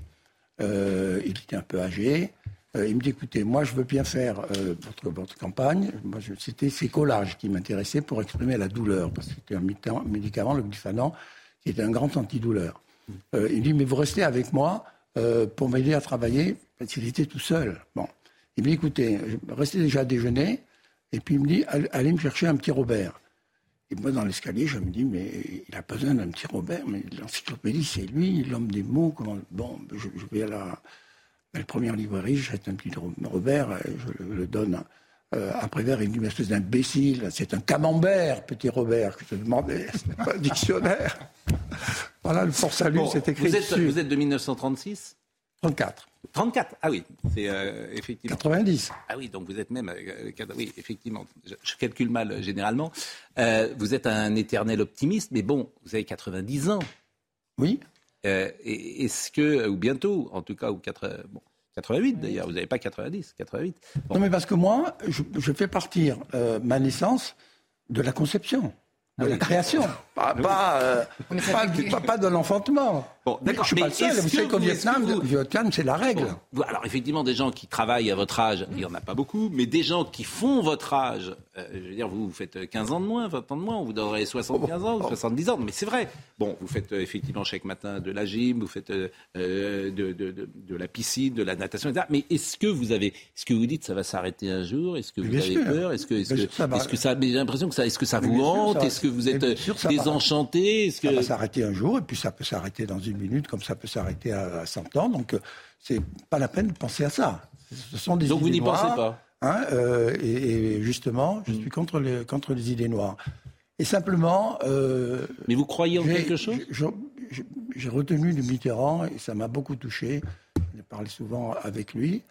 euh, il était un peu âgé, euh, il me dit, écoutez, moi je veux bien faire euh, votre, votre campagne, moi, je, c'était ces collages qui m'intéressaient pour exprimer la douleur, parce que c'était un médicament, le Glufanan, qui était un grand antidouleur. Euh, il me dit, mais vous restez avec moi euh, pour m'aider à travailler, parce qu'il était tout seul. Bon. Il me dit, écoutez, restez déjà à déjeuner, et puis il me dit, allez me chercher un petit Robert. Et moi, dans l'escalier, je me dis, mais il a besoin d'un petit Robert, mais l'encyclopédie, c'est lui, l'homme des mots. Comment... Bon, je, je vais à la, à la première librairie, j'achète un petit Robert, je le, le donne euh, à Prévert, il me dit, mais espèce d'imbécile, c'est un camembert, petit Robert, que je te demandais, c'est pas un dictionnaire. Voilà, le port salut, bon, c'est écrit vous êtes, dessus. Vous êtes de dix-neuf cent trente-six ? trente-quatre. trente-quatre, ah oui, c'est euh, effectivement. quatre-vingt-dix. Ah oui, donc vous êtes même. Euh, oui, effectivement, je, je calcule mal euh, généralement. Euh, vous êtes un éternel optimiste, mais bon, vous avez quatre-vingt-dix ans. Oui. Euh, est-ce que, ou bientôt, en tout cas, ou quatre, bon, quatre-vingt-huit d'ailleurs, vous n'avez pas quatre-vingt-dix, quatre-vingt-huit. Bon. Non, mais parce que moi, je, je fais partir euh, ma naissance de la conception. De la création, pas, pas, euh, pas, pas, pas de l'enfantement. Bon, d'accord. Je ne suis pas le seul. Vous savez qu'au Vietnam, vous... Vietnam, c'est la règle. Bon. Alors, effectivement, des gens qui travaillent à votre âge, il n'y en a pas beaucoup, mais des gens qui font votre âge, euh, je veux dire, vous, vous faites quinze ans de moins, vingt ans de moins, on vous donnerait soixante-quinze ans, soixante-dix ans, mais c'est vrai. Bon, vous faites euh, effectivement chaque matin de la gym, vous faites euh, de, de, de, de la piscine, de la natation, et cetera. Mais est-ce que vous avez, est-ce que vous dites ça va s'arrêter un jour ? Est-ce que vous bien avez sûr. peur ? Est-ce que, est-ce que, ça va... est-ce que ça, j'ai l'impression que ça, est-ce que ça vous hante ? Sûr, ça... Est-ce que vous êtes sûr, désenchanté ? Est-ce que... Ça va s'arrêter un jour, et puis ça peut s'arrêter dans une minute, comme ça peut s'arrêter à cent ans. Donc, c'est pas la peine de penser à ça. Ce sont des Donc, idées vous n'y noires, pensez pas hein, euh, et, et justement, je suis contre les, contre les idées noires. Et simplement... Euh, Mais vous croyez en quelque chose ? j'ai, j'ai, j'ai retenu de Mitterrand, et ça m'a beaucoup touché. J'ai parlé souvent avec lui.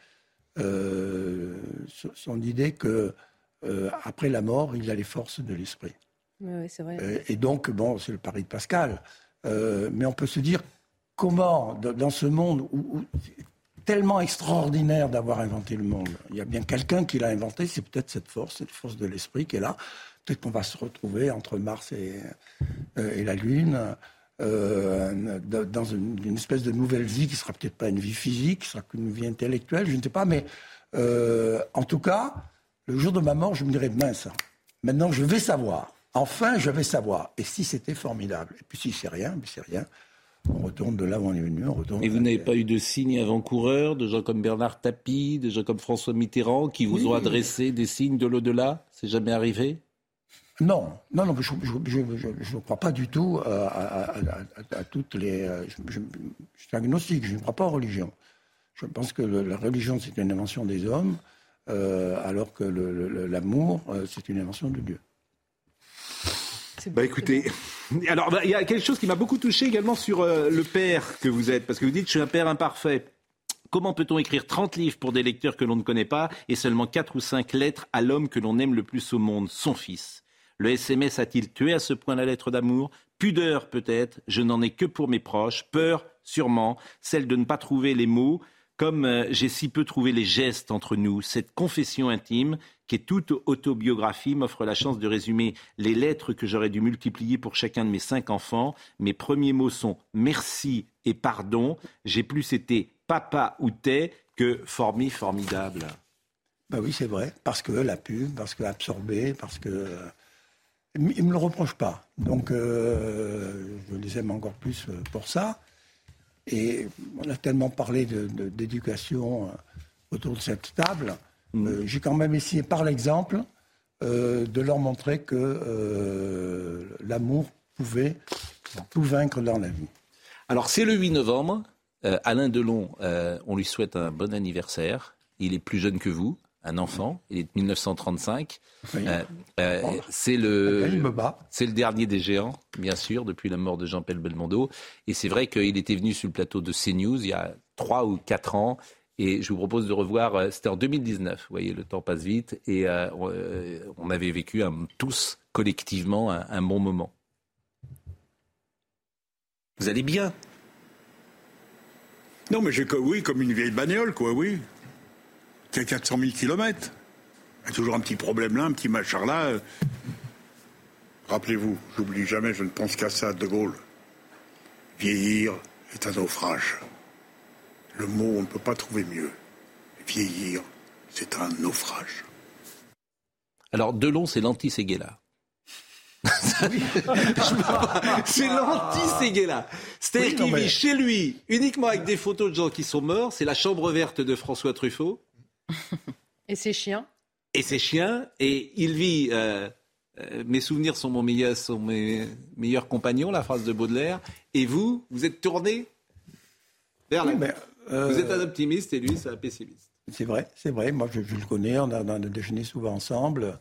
Euh, son idée que euh, après la mort, il a les forces de l'esprit. Oui, c'est vrai. Euh, et donc, bon, c'est le pari de Pascal. Euh, mais on peut se dire comment, dans ce monde où, où tellement extraordinaire d'avoir inventé le monde. Il y a bien quelqu'un qui l'a inventé, c'est peut-être cette force, cette force de l'esprit qui est là. Peut-être qu'on va se retrouver entre Mars et, euh, et la Lune, euh, dans une, une espèce de nouvelle vie qui ne sera peut-être pas une vie physique, qui sera qu'une vie intellectuelle, je ne sais pas, mais euh, en tout cas, le jour de ma mort, je me dirais, mince, maintenant je vais savoir. Enfin, je vais savoir. Et si c'était formidable. Et puis si c'est rien, puis c'est rien. On retourne de là où on est venu. On retourne. Et vous n'avez pas eu de signes avant-coureurs, de gens comme Bernard Tapie, de gens comme François Mitterrand, qui vous oui, ont adressé des signes de l'au-delà? C'est jamais arrivé? Non, non, non, je ne crois pas du tout à, à, à, à, à toutes les. Je, je, je suis agnostique, je ne crois pas aux religions. Je pense que le, la religion, c'est une invention des hommes, euh, alors que le, le, l'amour, euh, c'est une invention de Dieu. Bah écoutez, alors bah, il y a quelque chose qui m'a beaucoup touché également sur euh, le père que vous êtes, parce que vous dites je suis un père imparfait. Comment peut-on écrire trente livres pour des lecteurs que l'on ne connaît pas et seulement quatre ou cinq lettres à l'homme que l'on aime le plus au monde, son fils? Le S M S a-t-il tué à ce point la lettre d'amour? Pudeur peut-être, je n'en ai que pour mes proches. Peur sûrement, celle de ne pas trouver les mots. Comme euh, j'ai si peu trouvé les gestes entre nous, cette confession intime, qui est toute autobiographie, m'offre la chance de résumer les lettres que j'aurais dû multiplier pour chacun de mes cinq enfants. Mes premiers mots sont merci et pardon. J'ai plus été papa ou t'es que formi, formidable. Ben oui, c'est vrai, parce que la pub, parce que absorbé, parce que... Ils ne me le reprochent pas. Donc, euh, je les aime encore plus pour ça. Et on a tellement parlé de, de, d'éducation autour de cette table. Mmh. Euh, j'ai quand même essayé, par l'exemple, euh, de leur montrer que euh, l'amour pouvait tout vaincre dans la vie. Alors, c'est le huit novembre. Euh, Alain Delon, euh, on lui souhaite un bon anniversaire. Il est plus jeune que vous, un enfant. Il est de dix-neuf cent trente-cinq. Oui. Euh, euh, bon. c'est, le, c'est le dernier des géants, bien sûr, depuis la mort de Jean-Paul Belmondo. Et c'est vrai qu'il était venu sur le plateau de CNews il y a trois ou quatre ans. Et je vous propose de revoir, c'était en deux mille dix-neuf, vous voyez, le temps passe vite. Et euh, on avait vécu un, tous, collectivement, un, un bon moment. Vous allez bien? Non, mais j'ai que, oui, comme une vieille bagnole, quoi, oui. Qui a quatre cent mille kilomètres. Il y a toujours un petit problème là, un petit machin là. Rappelez-vous, j'oublie jamais, je ne pense qu'à ça, De Gaulle. Vieillir est un naufrage. Le mot, on ne peut pas trouver mieux. Vieillir, c'est un naufrage. Alors, Delon, c'est l'anti-Séguéla. C'est l'anti-Séguéla. C'est-à-dire oui, qu'il mais... vit chez lui, uniquement avec des photos de gens qui sont morts. C'est la chambre verte de François Truffaut. Et ses chiens. Et ses chiens. Et il vit... Euh, euh, mes souvenirs sont, mon meilleur, sont mes meilleurs compagnons, la phrase de Baudelaire. Et vous, vous êtes tourné vers la... Oui, mais, euh... Vous êtes un optimiste et lui, c'est un pessimiste. C'est vrai, c'est vrai. Moi, je, je le connais. On a, on a déjeuné souvent ensemble.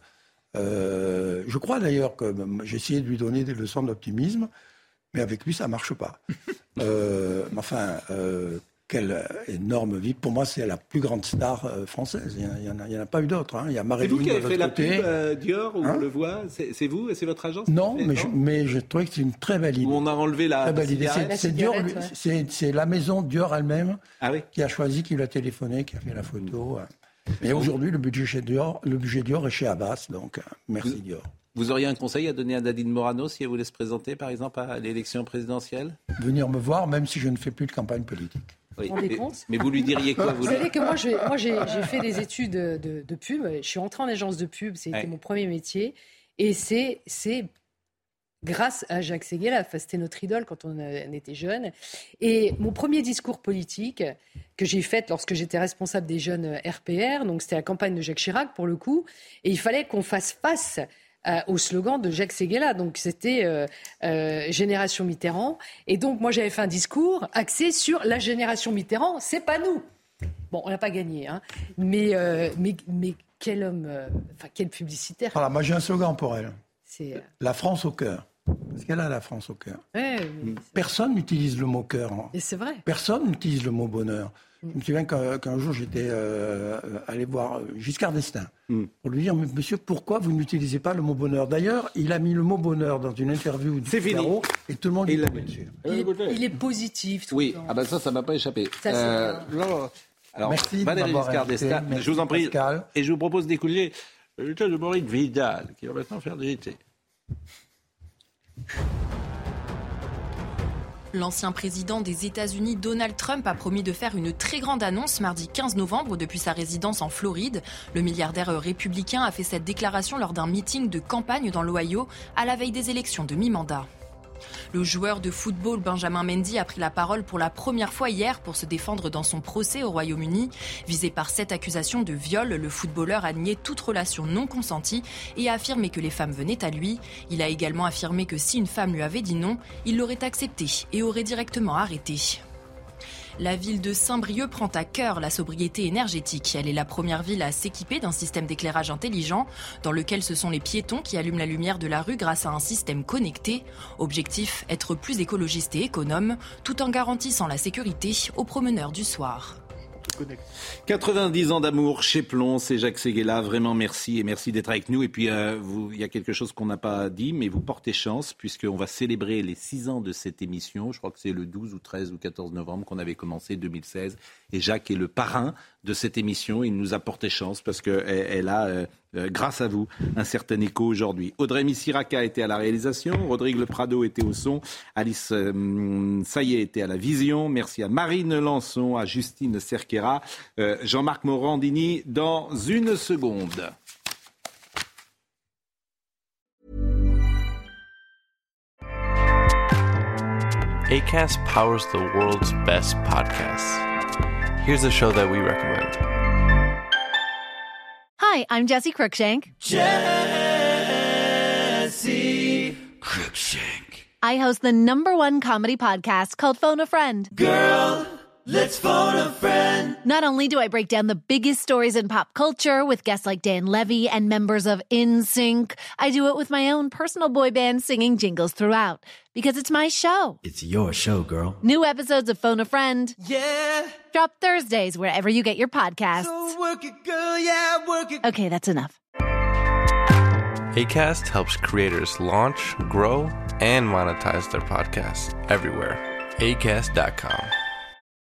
Euh, je crois d'ailleurs que j'ai essayé de lui donner des leçons d'optimisme, mais avec lui, ça ne marche pas. euh, enfin, euh, quelle énorme vie. Pour moi, c'est la plus grande star euh, française. Il n'y en, en a pas eu d'autres. Hein. Il y a Marilyn. C'est vous qui avez fait la côté. pub euh, Dior, où hein on le voit c'est, c'est vous et c'est votre agence? Non, mais, je, mais je trouvais que c'est une très belle idée. Où on a enlevé la, la idée. C'est, c'est, Dior, ouais. c'est, c'est la maison Dior elle-même ah oui. qui a choisi, qui l'a téléphoné, qui a fait la photo. Mais aujourd'hui, le budget chez Dior, le budget Dior est chez Abbas, donc merci vous, Dior. Vous auriez un conseil à donner à Nadine Morano si elle voulait se présenter, par exemple, à l'élection présidentielle? Venir me voir, même si je ne fais plus de campagne politique. Oui. Mais, mais vous lui diriez quoi? Vous, vous savez que moi, je, moi j'ai, j'ai fait des études de, de, de pub. Je suis rentrée en agence de pub, c'était ouais. mon premier métier. Et c'est, c'est grâce à Jacques Séguéla. Enfin, c'était notre idole quand on, on était jeunes. Et mon premier discours politique que j'ai fait lorsque j'étais responsable des jeunes R P R, donc c'était la campagne de Jacques Chirac pour le coup, et il fallait qu'on fasse face euh, au slogan de Jacques Séguéla. Donc c'était euh, euh, Génération Mitterrand. Et donc moi j'avais fait un discours axé sur la génération Mitterrand, c'est pas nous. Bon, on n'a pas gagné, hein. Mais, euh, mais, mais quel homme, euh, enfin quel publicitaire. Voilà, moi j'ai un slogan pour elle. C'est euh... la France au cœur. Parce qu'elle a la France au cœur. Ouais, Personne n'utilise le mot cœur. Hein. Et c'est vrai. Personne n'utilise le mot bonheur. Mm. Je me souviens qu'un, qu'un jour, j'étais euh, allé voir Giscard d'Estaing mm. pour lui dire, monsieur, pourquoi vous n'utilisez pas le mot bonheur? D'ailleurs, il a mis le mot bonheur dans une interview du Figaro et tout le monde il, est dessus. Il, est, il est positif. Tout oui, le temps. Ah ben ça, ça ne m'a pas échappé. Ça, euh, non, Alors, Merci Valéry de m'avoir Giscard invité. d'Estaing, Merci, je vous en prie, Pascal. et je vous propose d'écouter le cas de Maurice Vidal, qui va maintenant faire des étés. L'ancien président des États-Unis, Donald Trump, a promis de faire une très grande annonce mardi quinze novembre depuis sa résidence en Floride. Le milliardaire républicain a fait cette déclaration lors d'un meeting de campagne dans l'Ohio à la veille des élections de mi-mandat. Le joueur de football Benjamin Mendy a pris la parole pour la première fois hier pour se défendre dans son procès au Royaume-Uni. Visé par sept accusations de viol, le footballeur a nié toute relation non consentie et a affirmé que les femmes venaient à lui. Il a également affirmé que si une femme lui avait dit non, il l'aurait accepté et aurait directement arrêté. La ville de Saint-Brieuc prend à cœur la sobriété énergétique. Elle est la première ville à s'équiper d'un système d'éclairage intelligent dans lequel ce sont les piétons qui allument la lumière de la rue grâce à un système connecté. Objectif, être plus écologiste et économe tout en garantissant la sécurité aux promeneurs du soir. quatre-vingt-dix ans d'amour chez Plon, c'est Jacques Séguéla. Vraiment merci et merci d'être avec nous. Et puis, euh, vous, il y a quelque chose qu'on n'a pas dit, mais vous portez chance puisqu'on va célébrer les six ans de cette émission. Je crois que c'est le douze ou treize ou quatorze novembre qu'on avait commencé, deux mille seize. Et Jacques est le parrain de cette émission. Il nous a porté chance parce qu'elle elle a, euh, euh, grâce à vous, un certain écho aujourd'hui. Audrey Missiraka était à la réalisation, Rodrigue Le Prado était au son, Alice euh, Saillet était à la vision. Merci à Marine Lançon, à Justine Cerquera, euh, Jean-Marc Morandini dans une seconde. Acast powers the world's best podcasts. Here's a show that we recommend. Hi, I'm Jesse Cruikshank. Jesse Cruikshank. I host the number one comedy podcast called Phone a Friend. Girl, let's phone a friend. Not only do I break down the biggest stories in pop culture with guests like Dan Levy and members of N Sync, I do it with my own personal boy band singing jingles throughout. Because it's my show. It's your show, girl. New episodes of Phone a Friend. Yeah. Drop Thursdays wherever you get your podcasts. So work it, girl, yeah, work it. Okay, that's enough. Acast helps creators launch, grow, and monetize their podcasts everywhere. Acast dot com.